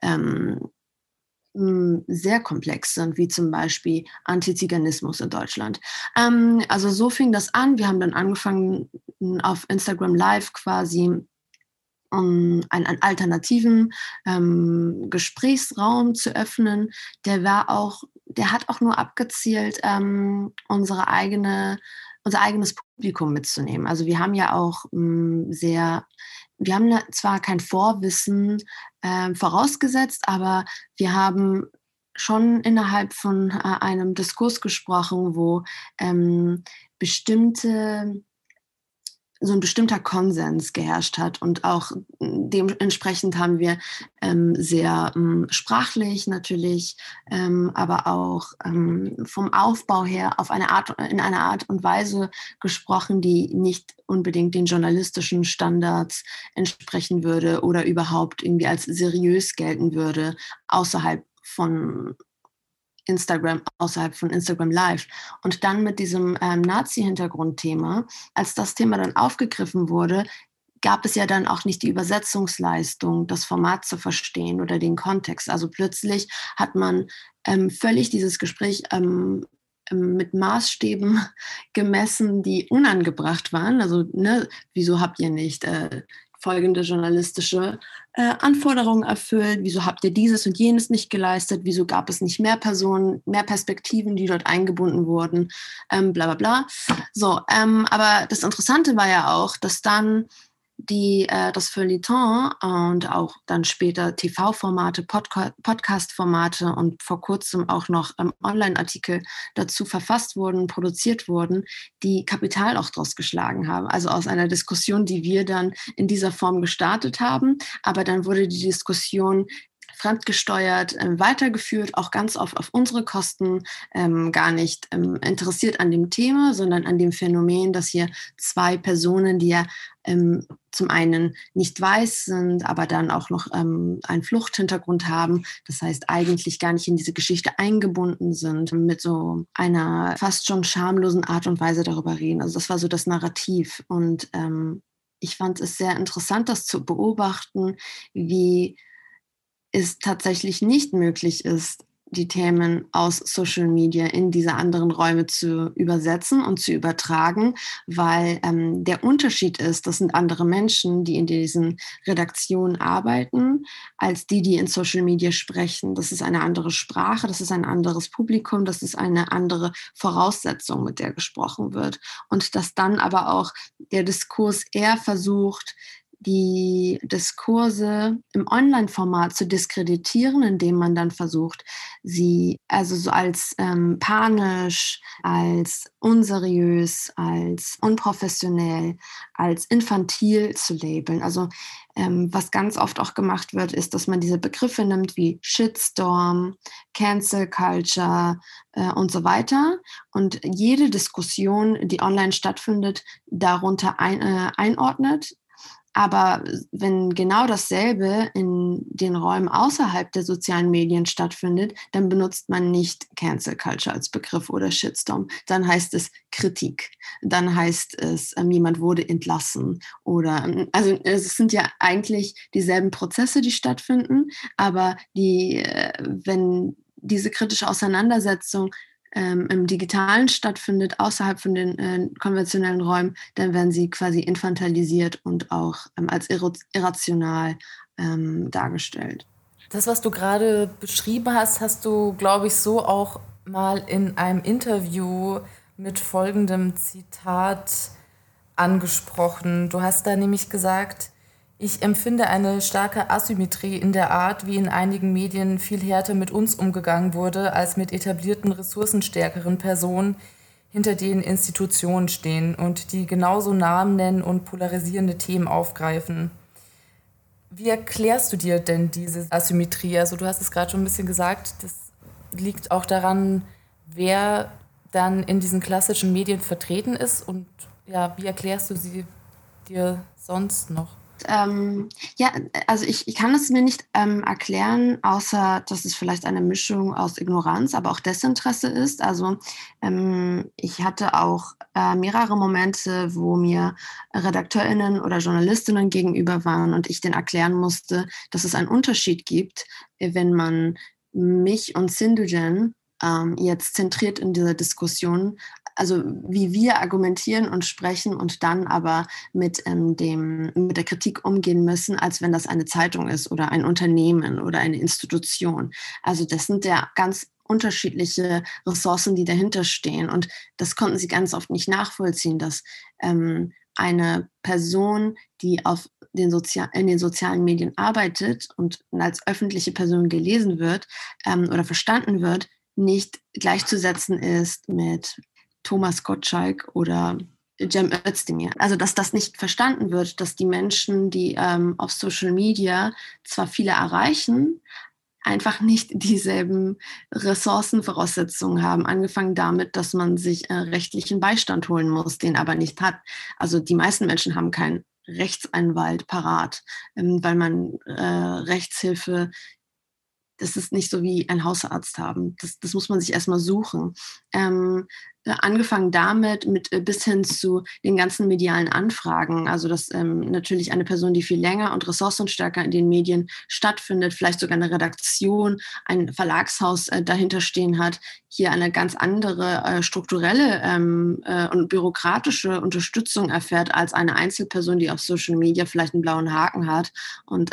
komplex sind, wie zum Beispiel Antiziganismus in Deutschland. Also so fing das an. Wir haben dann angefangen, auf Instagram Live quasi einen alternativen Gesprächsraum zu öffnen. Der hat auch nur abgezielt, unser eigenes Publikum mitzunehmen. Also wir haben ja auch wir haben zwar kein Vorwissen vorausgesetzt, aber wir haben schon innerhalb von einem Diskurs gesprochen, wo so ein bestimmter Konsens geherrscht hat und auch dementsprechend haben wir sehr sprachlich natürlich, aber auch vom Aufbau her in einer Art und Weise gesprochen, die nicht unbedingt den journalistischen Standards entsprechen würde oder überhaupt irgendwie als seriös gelten würde, außerhalb von Instagram Live. Und dann mit diesem Nazi-Hintergrundthema, als das Thema dann aufgegriffen wurde, gab es ja dann auch nicht die Übersetzungsleistung, das Format zu verstehen oder den Kontext. Also plötzlich hat man völlig dieses Gespräch mit Maßstäben gemessen, die unangebracht waren. Also wieso habt ihr nicht folgende journalistische Anforderungen erfüllt, wieso habt ihr dieses und jenes nicht geleistet, wieso gab es nicht mehr Personen, mehr Perspektiven, die dort eingebunden wurden, bla bla bla. So, aber das Interessante war ja auch, dass dann das Feuilleton und auch dann später TV-Formate, Podcast-Formate und vor kurzem auch noch Online-Artikel dazu verfasst wurden, produziert wurden, die Kapital auch draus geschlagen haben. Also aus einer Diskussion, die wir dann in dieser Form gestartet haben. Aber dann wurde die Diskussion fremdgesteuert weitergeführt, auch ganz oft auf unsere Kosten, gar nicht interessiert an dem Thema, sondern an dem Phänomen, dass hier zwei Personen, die ja zum einen nicht weiß sind, aber dann auch noch einen Fluchthintergrund haben, das heißt eigentlich gar nicht in diese Geschichte eingebunden sind, mit so einer fast schon schamlosen Art und Weise darüber reden. Also das war so das Narrativ und ich fand es sehr interessant, das zu beobachten, wie es tatsächlich nicht möglich ist, die Themen aus Social Media in diese anderen Räume zu übersetzen und zu übertragen, weil der Unterschied ist, das sind andere Menschen, die in diesen Redaktionen arbeiten, als die in Social Media sprechen. Das ist eine andere Sprache, das ist ein anderes Publikum, das ist eine andere Voraussetzung, mit der gesprochen wird. Und dass dann aber auch der Diskurs eher versucht, die Diskurse im Online-Format zu diskreditieren, indem man dann versucht, sie also so als panisch, als unseriös, als unprofessionell, als infantil zu labeln. Also was ganz oft auch gemacht wird, ist, dass man diese Begriffe nimmt wie Shitstorm, Cancel Culture und so weiter und jede Diskussion, die online stattfindet, darunter einordnet. Aber wenn genau dasselbe in den Räumen außerhalb der sozialen Medien stattfindet, dann benutzt man nicht Cancel Culture als Begriff oder Shitstorm. Dann heißt es Kritik. Dann heißt es, jemand wurde entlassen. Also es sind ja eigentlich dieselben Prozesse, die stattfinden, aber wenn diese kritische Auseinandersetzung im Digitalen stattfindet, außerhalb von den konventionellen Räumen, dann werden sie quasi infantilisiert und auch als irrational dargestellt. Das, was du gerade beschrieben hast, hast du, glaube ich, so auch mal in einem Interview mit folgendem Zitat angesprochen. Du hast da nämlich gesagt: Ich empfinde eine starke Asymmetrie in der Art, wie in einigen Medien viel härter mit uns umgegangen wurde, als mit etablierten, ressourcenstärkeren Personen, hinter denen Institutionen stehen und die genauso Namen nennen und polarisierende Themen aufgreifen. Wie erklärst du dir denn diese Asymmetrie? Also du hast es gerade schon ein bisschen gesagt, das liegt auch daran, wer dann in diesen klassischen Medien vertreten ist. Und ja, wie erklärst du sie dir sonst noch? Ja, also ich kann es mir nicht erklären, außer dass es vielleicht eine Mischung aus Ignoranz, aber auch Desinteresse ist. Also ich hatte auch mehrere Momente, wo mir RedakteurInnen oder JournalistInnen gegenüber waren und ich denen erklären musste, dass es einen Unterschied gibt, wenn man mich und Sindujen jetzt zentriert in dieser Diskussion, also wie wir argumentieren und sprechen und dann aber mit der Kritik umgehen müssen, als wenn das eine Zeitung ist oder ein Unternehmen oder eine Institution. Also das sind ja ganz unterschiedliche Ressourcen, die dahinter stehen. Und das konnten sie ganz oft nicht nachvollziehen, dass eine Person, die in den sozialen Medien arbeitet und als öffentliche Person gelesen wird oder verstanden wird, nicht gleichzusetzen ist mit Thomas Gottschalk oder Cem Özdemir. Also dass das nicht verstanden wird, dass die Menschen, die auf Social Media zwar viele erreichen, einfach nicht dieselben Ressourcenvoraussetzungen haben. Angefangen damit, dass man sich rechtlichen Beistand holen muss, den aber nicht hat. Also die meisten Menschen haben keinen Rechtsanwalt parat, weil man Rechtshilfe, das ist nicht so wie ein Hausarzt haben. Das muss man sich erstmal suchen. Angefangen damit bis hin zu den ganzen medialen Anfragen. Also dass natürlich eine Person, die viel länger und ressourcenstärker in den Medien stattfindet, vielleicht sogar eine Redaktion, ein Verlagshaus dahinter stehen hat, hier eine ganz andere strukturelle und bürokratische Unterstützung erfährt als eine Einzelperson, die auf Social Media vielleicht einen blauen Haken hat und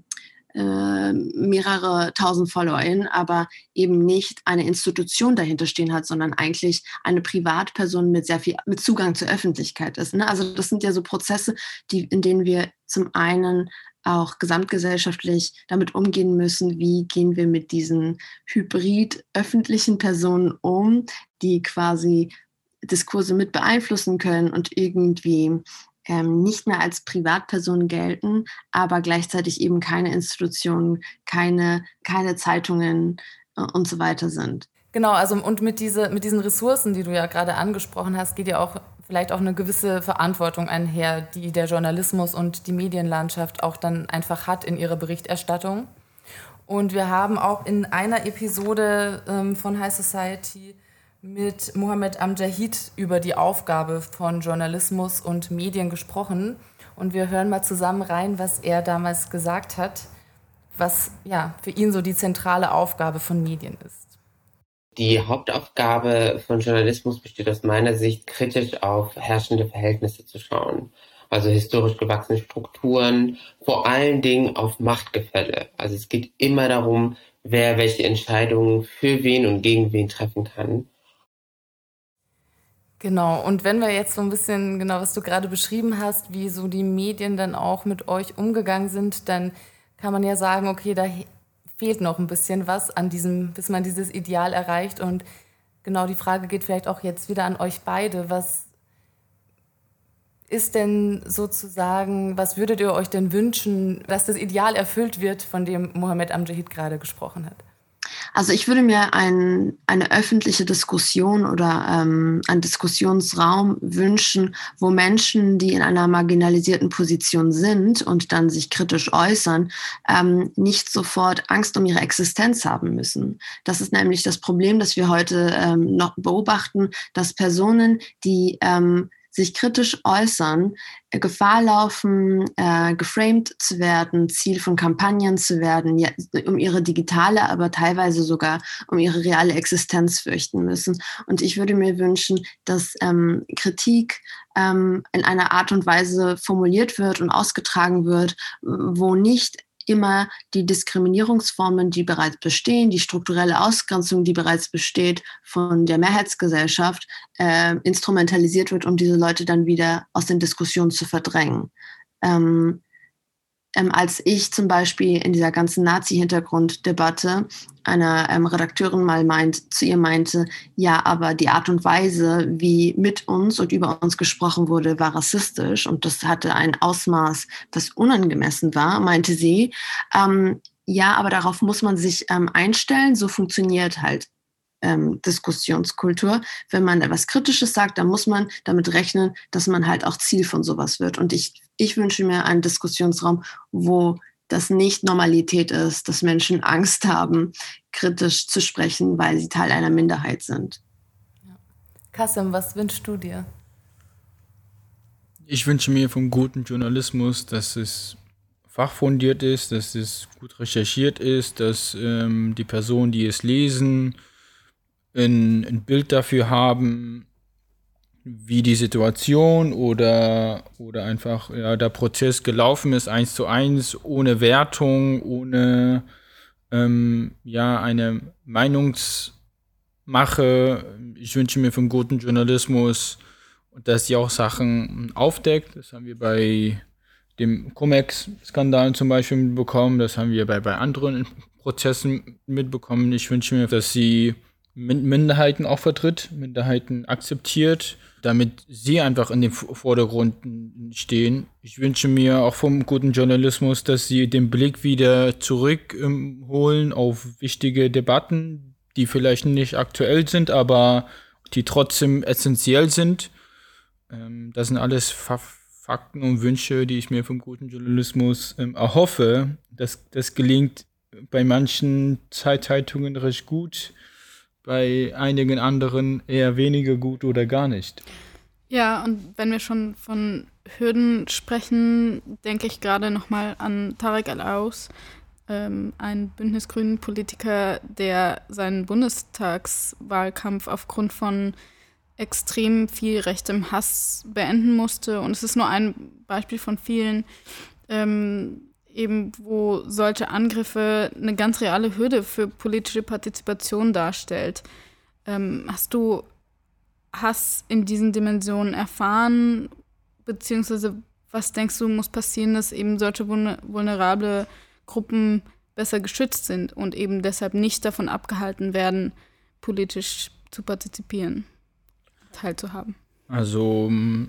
mehrere tausend FollowerInnen, aber eben nicht eine Institution dahinter stehen hat, sondern eigentlich eine Privatperson mit sehr viel mit Zugang zur Öffentlichkeit ist. Ne? Also das sind ja so Prozesse, in denen wir zum einen auch gesamtgesellschaftlich damit umgehen müssen, wie gehen wir mit diesen hybrid öffentlichen Personen um, die quasi Diskurse mit beeinflussen können und irgendwie nicht mehr als Privatpersonen gelten, aber gleichzeitig eben keine Institutionen, keine Zeitungen und so weiter sind. Genau, also und mit diesen Ressourcen, die du ja gerade angesprochen hast, geht ja auch vielleicht auch eine gewisse Verantwortung einher, die der Journalismus und die Medienlandschaft auch dann einfach hat in ihrer Berichterstattung. Und wir haben auch in einer Episode von High Society mit Mohammed Amjahid über die Aufgabe von Journalismus und Medien gesprochen. Und wir hören mal zusammen rein, was er damals gesagt hat, was ja für ihn so die zentrale Aufgabe von Medien ist. Die Hauptaufgabe von Journalismus besteht aus meiner Sicht, kritisch auf herrschende Verhältnisse zu schauen. Also historisch gewachsene Strukturen, vor allen Dingen auf Machtgefälle. Also es geht immer darum, wer welche Entscheidungen für wen und gegen wen treffen kann. Genau, und wenn wir jetzt so ein bisschen, genau, was du gerade beschrieben hast, wie so die Medien dann auch mit euch umgegangen sind, dann kann man ja sagen, okay, da fehlt noch ein bisschen was an bis man dieses Ideal erreicht. Und genau die Frage geht vielleicht auch jetzt wieder an euch beide. Was ist denn sozusagen, was würdet ihr euch denn wünschen, dass das Ideal erfüllt wird, von dem Mohammed Amjahid gerade gesprochen hat? Also ich würde mir eine öffentliche Diskussion oder einen Diskussionsraum wünschen, wo Menschen, die in einer marginalisierten Position sind und dann sich kritisch äußern, nicht sofort Angst um ihre Existenz haben müssen. Das ist nämlich das Problem, das wir heute noch beobachten, dass Personen, die sich kritisch äußern, Gefahr laufen, geframed zu werden, Ziel von Kampagnen zu werden, ja, um ihre digitale, aber teilweise sogar um ihre reale Existenz fürchten müssen. Und ich würde mir wünschen, dass Kritik in einer Art und Weise formuliert wird und ausgetragen wird, wo nicht immer die Diskriminierungsformen, die bereits bestehen, die strukturelle Ausgrenzung, die bereits besteht von der Mehrheitsgesellschaft, instrumentalisiert wird, um diese Leute dann wieder aus den Diskussionen zu verdrängen. Als ich zum Beispiel in dieser ganzen Nazi-Hintergrunddebatte einer Redakteurin mal zu ihr meinte, ja, aber die Art und Weise, wie mit uns und über uns gesprochen wurde, war rassistisch und das hatte ein Ausmaß, das unangemessen war, meinte sie, ja, aber darauf muss man sich einstellen, so funktioniert halt Diskussionskultur. Wenn man etwas Kritisches sagt, dann muss man damit rechnen, dass man halt auch Ziel von sowas wird. Und ich wünsche mir einen Diskussionsraum, wo das nicht Normalität ist, dass Menschen Angst haben, kritisch zu sprechen, weil sie Teil einer Minderheit sind. Ja. Kasim, was wünschst du dir? Ich wünsche mir vom guten Journalismus, dass es fachfundiert ist, dass es gut recherchiert ist, dass die Personen, die es lesen, ein Bild dafür haben, wie die Situation oder einfach der Prozess gelaufen ist, 1:1, ohne Wertung, ohne eine Meinungsmache. Ich wünsche mir vom guten Journalismus, dass sie auch Sachen aufdeckt. Das haben wir bei dem Cum-Ex-Skandal zum Beispiel mitbekommen, das haben wir bei anderen Prozessen mitbekommen. Ich wünsche mir, dass sie Minderheiten auch vertritt, Minderheiten akzeptiert, damit sie einfach in den Vordergrund stehen. Ich wünsche mir auch vom guten Journalismus, dass sie den Blick wieder zurückholen auf wichtige Debatten, die vielleicht nicht aktuell sind, aber die trotzdem essentiell sind. Das sind alles Fakten und Wünsche, die ich mir vom guten Journalismus erhoffe. Das gelingt bei manchen Zeitungen recht gut, bei einigen anderen eher weniger gut oder gar nicht. Ja, und wenn wir schon von Hürden sprechen, denke ich gerade nochmal an Tarek Al-Aus, ein Bündnisgrünen-Politiker, der seinen Bundestagswahlkampf aufgrund von extrem viel rechtem Hass beenden musste. Und es ist nur ein Beispiel von vielen, eben wo solche Angriffe eine ganz reale Hürde für politische Partizipation darstellt. Hast du Hass in diesen Dimensionen erfahren? Beziehungsweise was denkst du, muss passieren, dass eben solche vulnerable Gruppen besser geschützt sind und eben deshalb nicht davon abgehalten werden, politisch zu partizipieren, teilzuhaben? Also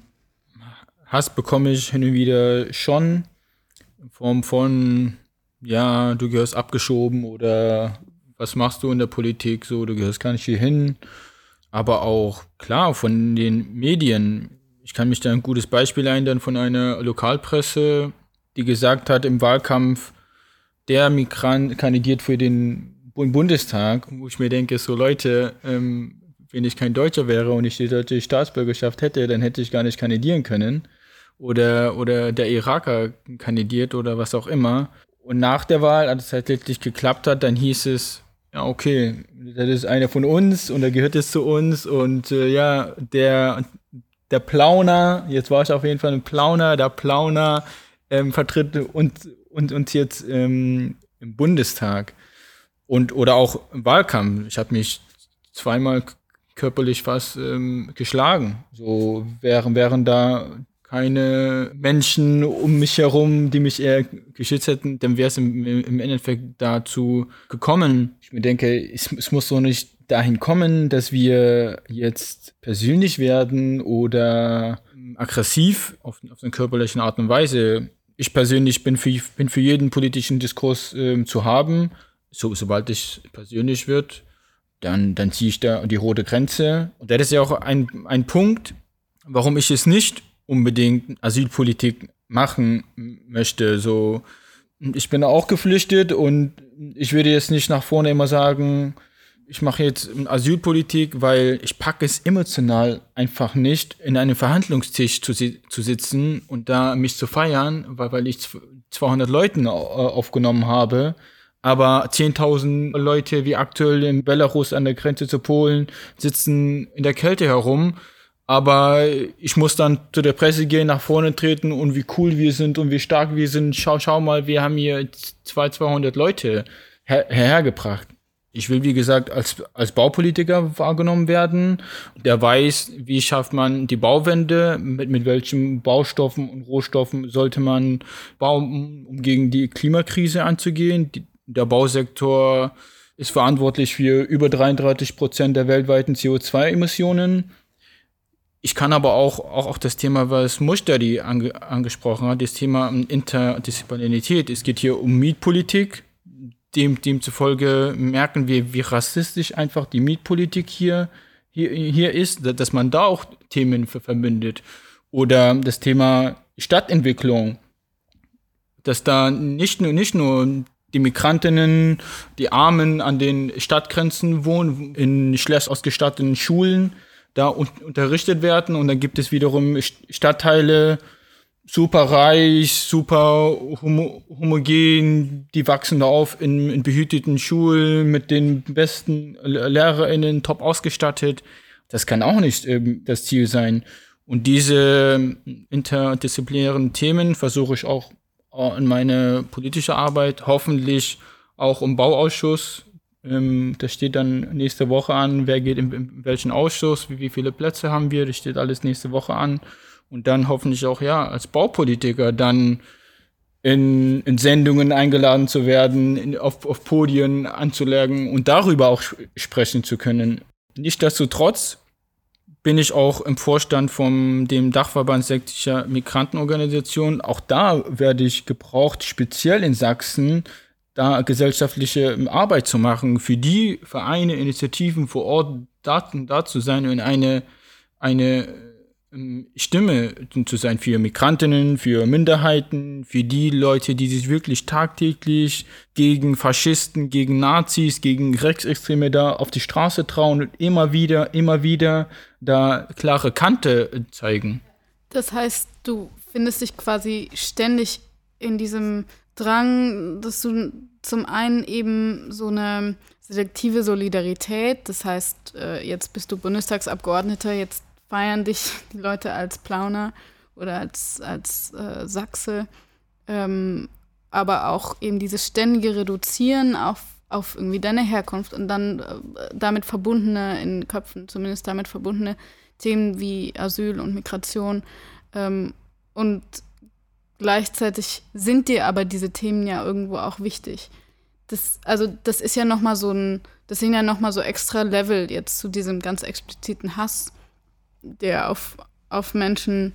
Hass bekomme ich hin und wieder schon, in Form von, ja, du gehörst abgeschoben oder was machst du in der Politik, so, du gehörst gar nicht hier hin. Aber auch, klar, von den Medien. Ich kann mich da ein gutes Beispiel erinnern von einer Lokalpresse, die gesagt hat im Wahlkampf, der Migrant kandidiert für den Bundestag, wo ich mir denke, so Leute, wenn ich kein Deutscher wäre und ich die deutsche Staatsbürgerschaft hätte, dann hätte ich gar nicht kandidieren können. Oder der Iraker kandidiert oder was auch immer. Und nach der Wahl, als es tatsächlich geklappt hat, dann hieß es, ja, okay, das ist einer von uns und er gehört jetzt zu uns und der Plauner, jetzt war ich auf jeden Fall ein Plauner, der Plauner vertritt uns jetzt im Bundestag oder auch im Wahlkampf. Ich habe mich zweimal körperlich fast geschlagen. So wären da keine Menschen um mich herum, die mich eher geschützt hätten, dann wäre es im Endeffekt dazu gekommen. Ich mir denke, es muss so nicht dahin kommen, dass wir jetzt persönlich werden oder aggressiv auf eine körperliche Art und Weise. Ich persönlich bin für jeden politischen Diskurs zu haben. Sobald es persönlich wird, dann ziehe ich da die rote Grenze. Und das ist ja auch ein Punkt, warum ich es nicht unbedingt Asylpolitik machen möchte. So, ich bin auch geflüchtet und ich würde jetzt nicht nach vorne immer sagen, ich mache jetzt Asylpolitik, weil ich packe es emotional einfach nicht, in einem Verhandlungstisch zu sitzen und da mich zu feiern, weil ich 200 Leuten aufgenommen habe, aber 10.000 Leute wie aktuell in Belarus an der Grenze zu Polen sitzen in der Kälte herum. aber ich muss dann zu der Presse gehen, nach vorne treten und wie cool wir sind und wie stark wir sind. Schau mal, wir haben hier 200 Leute hergebracht. Ich will, wie gesagt, als Baupolitiker wahrgenommen werden, der weiß, wie schafft man die Bauwende, mit welchen Baustoffen und Rohstoffen sollte man bauen, um gegen die Klimakrise anzugehen. Der Bausektor ist verantwortlich für über 33% der weltweiten CO2-Emissionen. Ich kann aber auch das Thema, was Mushtari angesprochen hat, das Thema Interdisziplinarität. Es geht hier um Mietpolitik. Demzufolge merken wir, wie rassistisch einfach die Mietpolitik hier ist, dass man da auch Themen verbindet. Oder das Thema Stadtentwicklung, dass da nicht nur die Migrantinnen, die Armen an den Stadtgrenzen wohnen, in schlecht ausgestatteten Schulen da unterrichtet werden. Und dann gibt es wiederum Stadtteile, super reich, super homogen, die wachsen da auf in behüteten Schulen mit den besten LehrerInnen, top ausgestattet. Das kann auch nicht das Ziel sein. Und diese interdisziplinären Themen versuche ich auch in meine politische Arbeit, hoffentlich auch im Bauausschuss. Das steht dann nächste Woche an, wer geht in welchen Ausschuss, wie viele Plätze haben wir, das steht alles nächste Woche an. Und dann hoffentlich auch, als Baupolitiker dann in Sendungen eingeladen zu werden, auf Podien anzulegen und darüber auch sprechen zu können. Nichtsdestotrotz bin ich auch im Vorstand von dem Dachverband sächsischer Migrantenorganisationen. Auch da werde ich gebraucht, speziell in Sachsen, da gesellschaftliche Arbeit zu machen, für die Vereine, Initiativen vor Ort da zu sein und eine Stimme zu sein für Migrantinnen, für Minderheiten, für die Leute, die sich wirklich tagtäglich gegen Faschisten, gegen Nazis, gegen Rechtsextreme da auf die Straße trauen und immer wieder da klare Kante zeigen. Das heißt, du findest dich quasi ständig in diesem Drang, dass du zum einen eben so eine selektive Solidarität, das heißt, jetzt bist du Bundestagsabgeordneter, jetzt feiern dich die Leute als Plauner oder als Sachse, aber auch eben dieses ständige Reduzieren auf irgendwie deine Herkunft und dann damit verbundene, in Köpfen zumindest damit verbundene Themen wie Asyl und Migration. Und gleichzeitig sind dir aber diese Themen ja irgendwo auch wichtig. Das ist ja nochmal das sind ja nochmal so extra Level jetzt zu diesem ganz expliziten Hass, der auf Menschen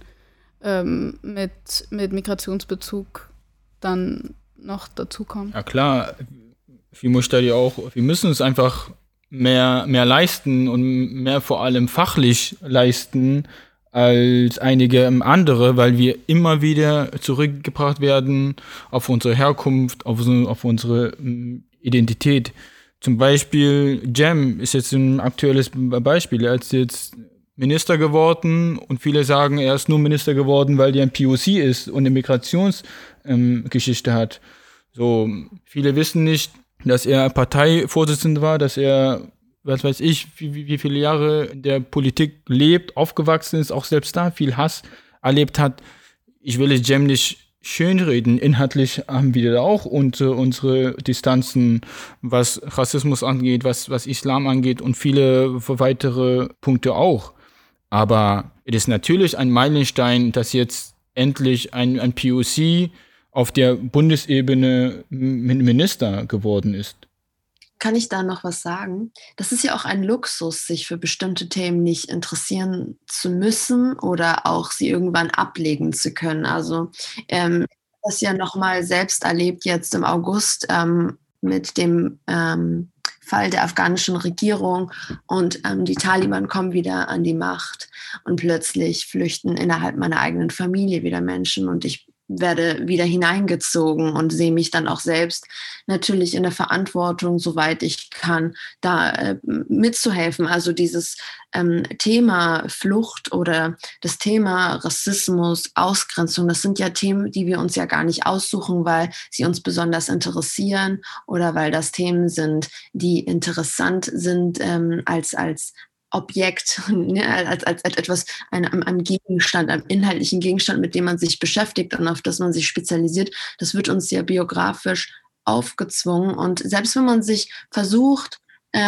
mit Migrationsbezug dann noch dazukommt. Ja klar, wie Mushtari auch, wir müssen uns einfach mehr leisten und mehr vor allem fachlich leisten als einige andere, weil wir immer wieder zurückgebracht werden auf unsere Herkunft, auf unsere Identität. Zum Beispiel Cem ist jetzt ein aktuelles Beispiel. Er ist jetzt Minister geworden und viele sagen, er ist nur Minister geworden, weil er ein POC ist und eine Migrationsgeschichte hat. So, viele wissen nicht, dass er Parteivorsitzender war, dass er, was weiß ich, wie viele Jahre in der Politik lebt, aufgewachsen ist, auch selbst da viel Hass erlebt hat. Ich will Cem nicht schönreden. Inhaltlich haben wir da auch unsere Distanzen, was Rassismus angeht, was Islam angeht und viele weitere Punkte auch. Aber es ist natürlich ein Meilenstein, dass jetzt endlich ein POC auf der Bundesebene Minister geworden ist. Kann ich da noch was sagen? Das ist ja auch ein Luxus, sich für bestimmte Themen nicht interessieren zu müssen oder auch sie irgendwann ablegen zu können. Also das ja nochmal selbst erlebt jetzt im August mit dem Fall der afghanischen Regierung und die Taliban kommen wieder an die Macht und plötzlich flüchten innerhalb meiner eigenen Familie wieder Menschen und ich werde wieder hineingezogen und sehe mich dann auch selbst natürlich in der Verantwortung, soweit ich kann, da mitzuhelfen. Also dieses Thema Flucht oder das Thema Rassismus, Ausgrenzung, das sind ja Themen, die wir uns ja gar nicht aussuchen, weil sie uns besonders interessieren oder weil das Themen sind, die interessant sind als Objekt, ne, als etwas, einem Gegenstand, einem inhaltlichen Gegenstand, mit dem man sich beschäftigt und auf das man sich spezialisiert. Das wird uns ja biografisch aufgezwungen. Und selbst wenn man sich versucht,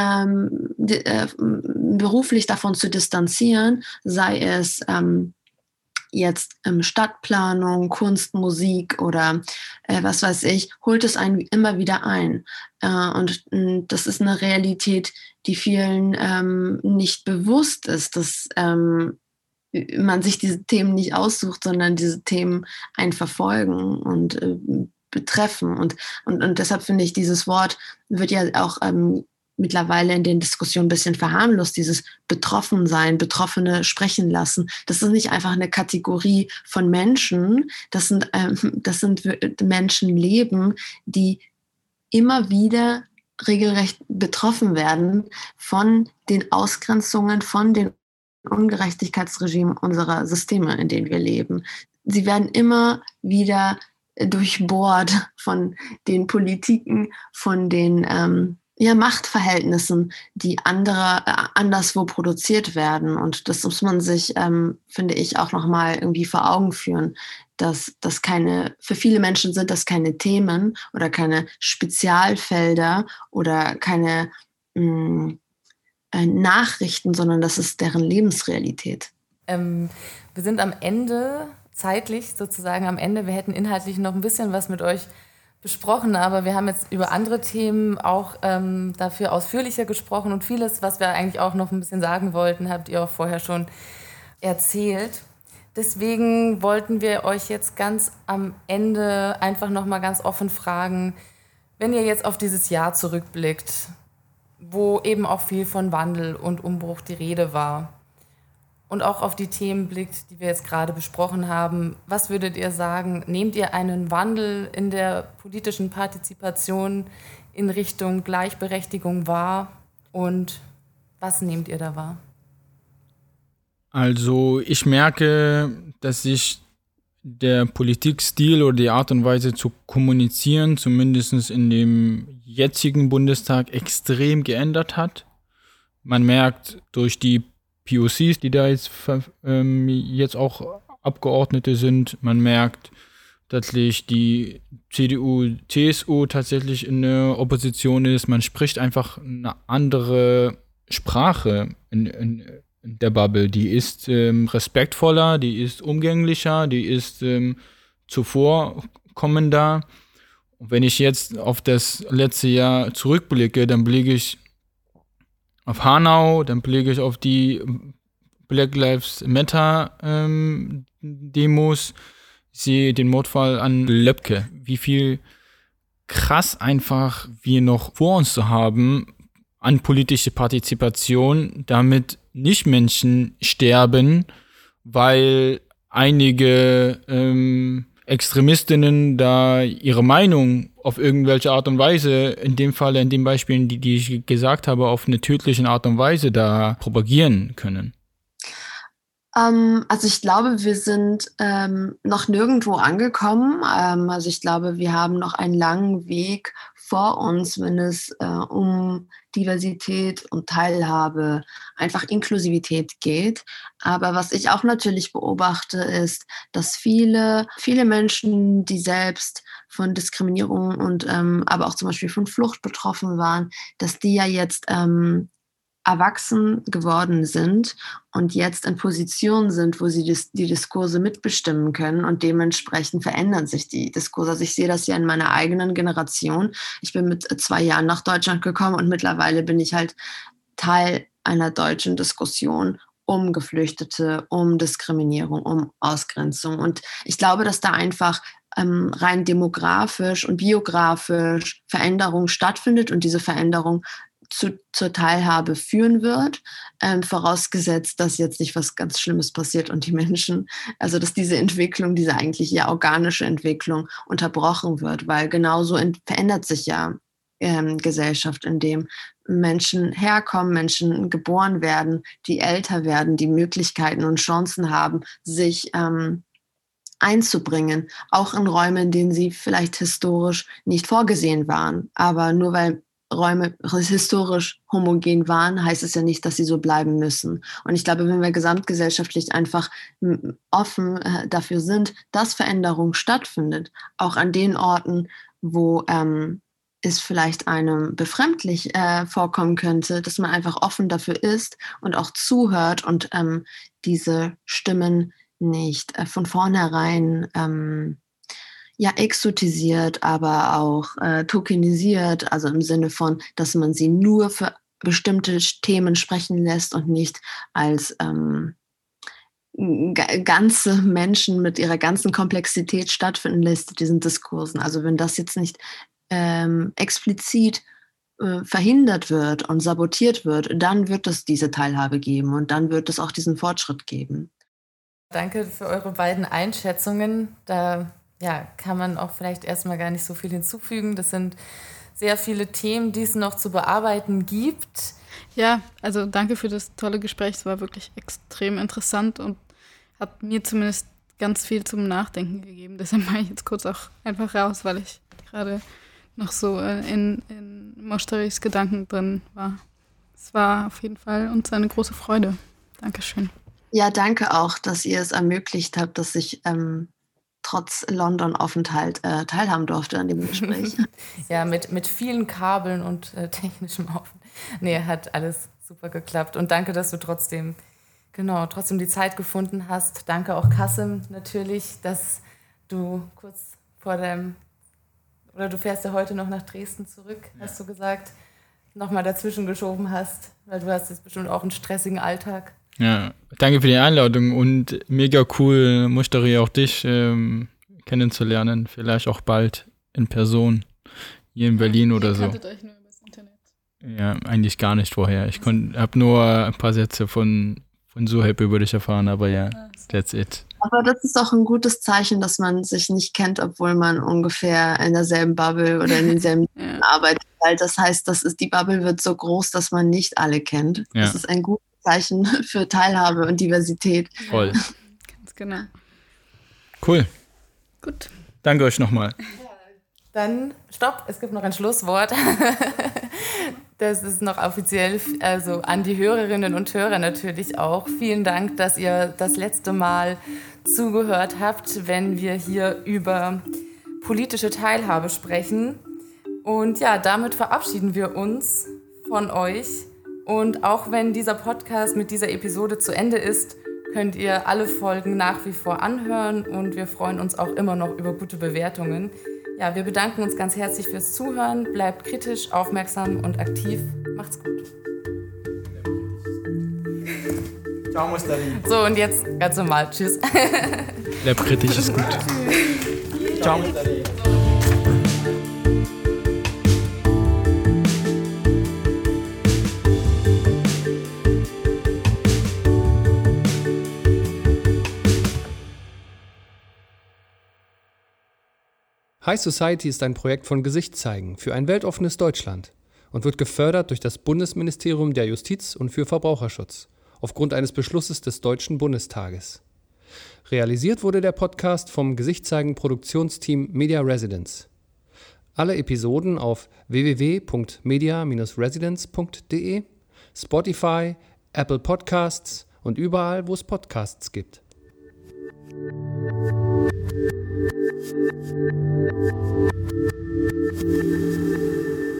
beruflich davon zu distanzieren, sei es jetzt Stadtplanung, Kunst, Musik oder was weiß ich, holt es einen immer wieder ein. Und das ist eine Realität, die vielen nicht bewusst ist, dass man sich diese Themen nicht aussucht, sondern diese Themen einen verfolgen und betreffen. Und deshalb finde ich, dieses Wort wird ja auch mittlerweile in den Diskussionen ein bisschen verharmlost, dieses Betroffensein, Betroffene sprechen lassen. Das ist nicht einfach eine Kategorie von Menschen, das sind Menschenleben, die immer wieder regelrecht betroffen werden von den Ausgrenzungen, von den Ungerechtigkeitsregimen unserer Systeme, in denen wir leben. Sie werden immer wieder durchbohrt von den Politiken, von den Machtverhältnissen, die anderswo produziert werden. Und das muss man sich, finde ich, auch nochmal irgendwie vor Augen führen, dass das für viele Menschen sind das keine Themen oder keine Spezialfelder oder keine Nachrichten, sondern das ist deren Lebensrealität. Wir sind am Ende, zeitlich sozusagen am Ende. Wir hätten inhaltlich noch ein bisschen was mit euch besprochen, aber wir haben jetzt über andere Themen auch dafür ausführlicher gesprochen und vieles, was wir eigentlich auch noch ein bisschen sagen wollten, habt ihr auch vorher schon erzählt. Deswegen wollten wir euch jetzt ganz am Ende einfach nochmal ganz offen fragen, wenn ihr jetzt auf dieses Jahr zurückblickt, wo eben auch viel von Wandel und Umbruch die Rede war und auch auf die Themen blickt, die wir jetzt gerade besprochen haben, was würdet ihr sagen, nehmt ihr einen Wandel in der politischen Partizipation in Richtung Gleichberechtigung wahr und was nehmt ihr da wahr? Also ich merke, dass sich der Politikstil oder die Art und Weise zu kommunizieren, zumindest in dem jetzigen Bundestag, extrem geändert hat. Man merkt durch die POCs, die da jetzt auch Abgeordnete sind, man merkt, dass die CDU, CSU tatsächlich in der Opposition ist. Man spricht einfach eine andere Sprache in der Bubble. Die ist respektvoller, die ist umgänglicher, die ist zuvorkommender. Und wenn ich jetzt auf das letzte Jahr zurückblicke, dann blicke ich auf Hanau, dann blicke ich auf die Black Lives Matter Demos, sehe den Mordfall an Löbke. Wie viel krass einfach wir noch vor uns zu haben an politische Partizipation, damit nicht Menschen sterben, weil einige Extremistinnen da ihre Meinung auf irgendwelche Art und Weise, in dem Fall, in den Beispielen, die ich gesagt habe, auf eine tödliche Art und Weise da propagieren können? Also ich glaube, wir sind noch nirgendwo angekommen. Also ich glaube, wir haben noch einen langen Weg vor uns, wenn es um Diversität und Teilhabe, einfach Inklusivität geht. Aber was ich auch natürlich beobachte, ist, dass viele Menschen, die selbst von Diskriminierung und aber auch zum Beispiel von Flucht betroffen waren, dass die ja jetzt erwachsen geworden sind und jetzt in Positionen sind, wo sie die Diskurse mitbestimmen können und dementsprechend verändern sich die Diskurse. Also ich sehe das ja in meiner eigenen Generation. Ich bin mit 2 Jahren nach Deutschland gekommen und mittlerweile bin ich halt Teil einer deutschen Diskussion um Geflüchtete, um Diskriminierung, um Ausgrenzung. Und ich glaube, dass da einfach rein demografisch und biografisch Veränderung stattfindet und diese Veränderung zur Teilhabe führen wird, vorausgesetzt, dass jetzt nicht was ganz Schlimmes passiert und die Menschen, also dass diese Entwicklung, diese eigentlich ja organische Entwicklung unterbrochen wird, weil genauso verändert sich ja Gesellschaft, in dem Menschen herkommen, Menschen geboren werden, die älter werden, die Möglichkeiten und Chancen haben, sich einzubringen, auch in Räumen, in denen sie vielleicht historisch nicht vorgesehen waren. Aber nur weil Räume historisch homogen waren, heißt es ja nicht, dass sie so bleiben müssen. Und ich glaube, wenn wir gesamtgesellschaftlich einfach offen dafür sind, dass Veränderung stattfindet, auch an den Orten, wo es vielleicht einem befremdlich vorkommen könnte, dass man einfach offen dafür ist und auch zuhört und diese Stimmen nicht von vornherein exotisiert, aber auch tokenisiert, also im Sinne von, dass man sie nur für bestimmte Themen sprechen lässt und nicht als ganze Menschen mit ihrer ganzen Komplexität stattfinden lässt, diesen Diskursen. Also wenn das jetzt nicht explizit verhindert wird und sabotiert wird, dann wird es diese Teilhabe geben und dann wird es auch diesen Fortschritt geben. Danke für eure beiden Einschätzungen. Da kann man auch vielleicht erstmal gar nicht so viel hinzufügen. Das sind sehr viele Themen, die es noch zu bearbeiten gibt. Ja, also danke für das tolle Gespräch. Es war wirklich extrem interessant und hat mir zumindest ganz viel zum Nachdenken gegeben. Deshalb mache ich jetzt kurz auch einfach raus, weil ich gerade noch so in Moshtaris Gedanken drin war. Es war auf jeden Fall uns eine große Freude. Dankeschön. Ja, danke auch, dass ihr es ermöglicht habt, dass ich trotz London-Aufenthalt teilhaben durfte an dem Gespräch. Ja, mit vielen Kabeln und technischem Aufwand. Nee, hat alles super geklappt. Und danke, dass du trotzdem die Zeit gefunden hast. Danke auch Kasim natürlich, dass du kurz vor du fährst ja heute noch nach Dresden zurück, hast du gesagt, nochmal dazwischen geschoben hast, weil du hast jetzt bestimmt auch einen stressigen Alltag. Ja, danke für die Einladung und mega cool, Mushtari, auch dich kennenzulernen, vielleicht auch bald in Person, hier in Berlin oder so. Ihr kanntet euch nur übers Internet. Ja, eigentlich gar nicht vorher. Ich habe nur ein paar Sätze von Suhaib über dich erfahren, aber ja, that's it. Aber das ist auch ein gutes Zeichen, dass man sich nicht kennt, obwohl man ungefähr in derselben Bubble oder in denselben arbeitet. Das heißt, die Bubble wird so groß, dass man nicht alle kennt. Ja. Das ist ein gutes Zeichen für Teilhabe und Diversität. Voll. Ganz genau. Cool. Gut. Danke euch nochmal. Dann, stopp, es gibt noch ein Schlusswort. Das ist noch offiziell, also an die Hörerinnen und Hörer natürlich auch. Vielen Dank, dass ihr das letzte Mal zugehört habt, wenn wir hier über politische Teilhabe sprechen. Und ja, damit verabschieden wir uns von euch. Und auch wenn dieser Podcast mit dieser Episode zu Ende ist, könnt ihr alle Folgen nach wie vor anhören und wir freuen uns auch immer noch über gute Bewertungen. Ja, wir bedanken uns ganz herzlich fürs Zuhören. Bleibt kritisch, aufmerksam und aktiv. Macht's gut. Ciao, Mushtari. So, und jetzt ganz normal. Tschüss. Bleibt kritisch, ist gut. Ciao, Mushtari. High Society ist ein Projekt von Gesicht zeigen für ein weltoffenes Deutschland und wird gefördert durch das Bundesministerium der Justiz und für Verbraucherschutz aufgrund eines Beschlusses des Deutschen Bundestages. Realisiert wurde der Podcast vom Gesicht zeigen Produktionsteam Media Residence. Alle Episoden auf www.media-residence.de, Spotify, Apple Podcasts und überall, wo es Podcasts gibt. Thank you.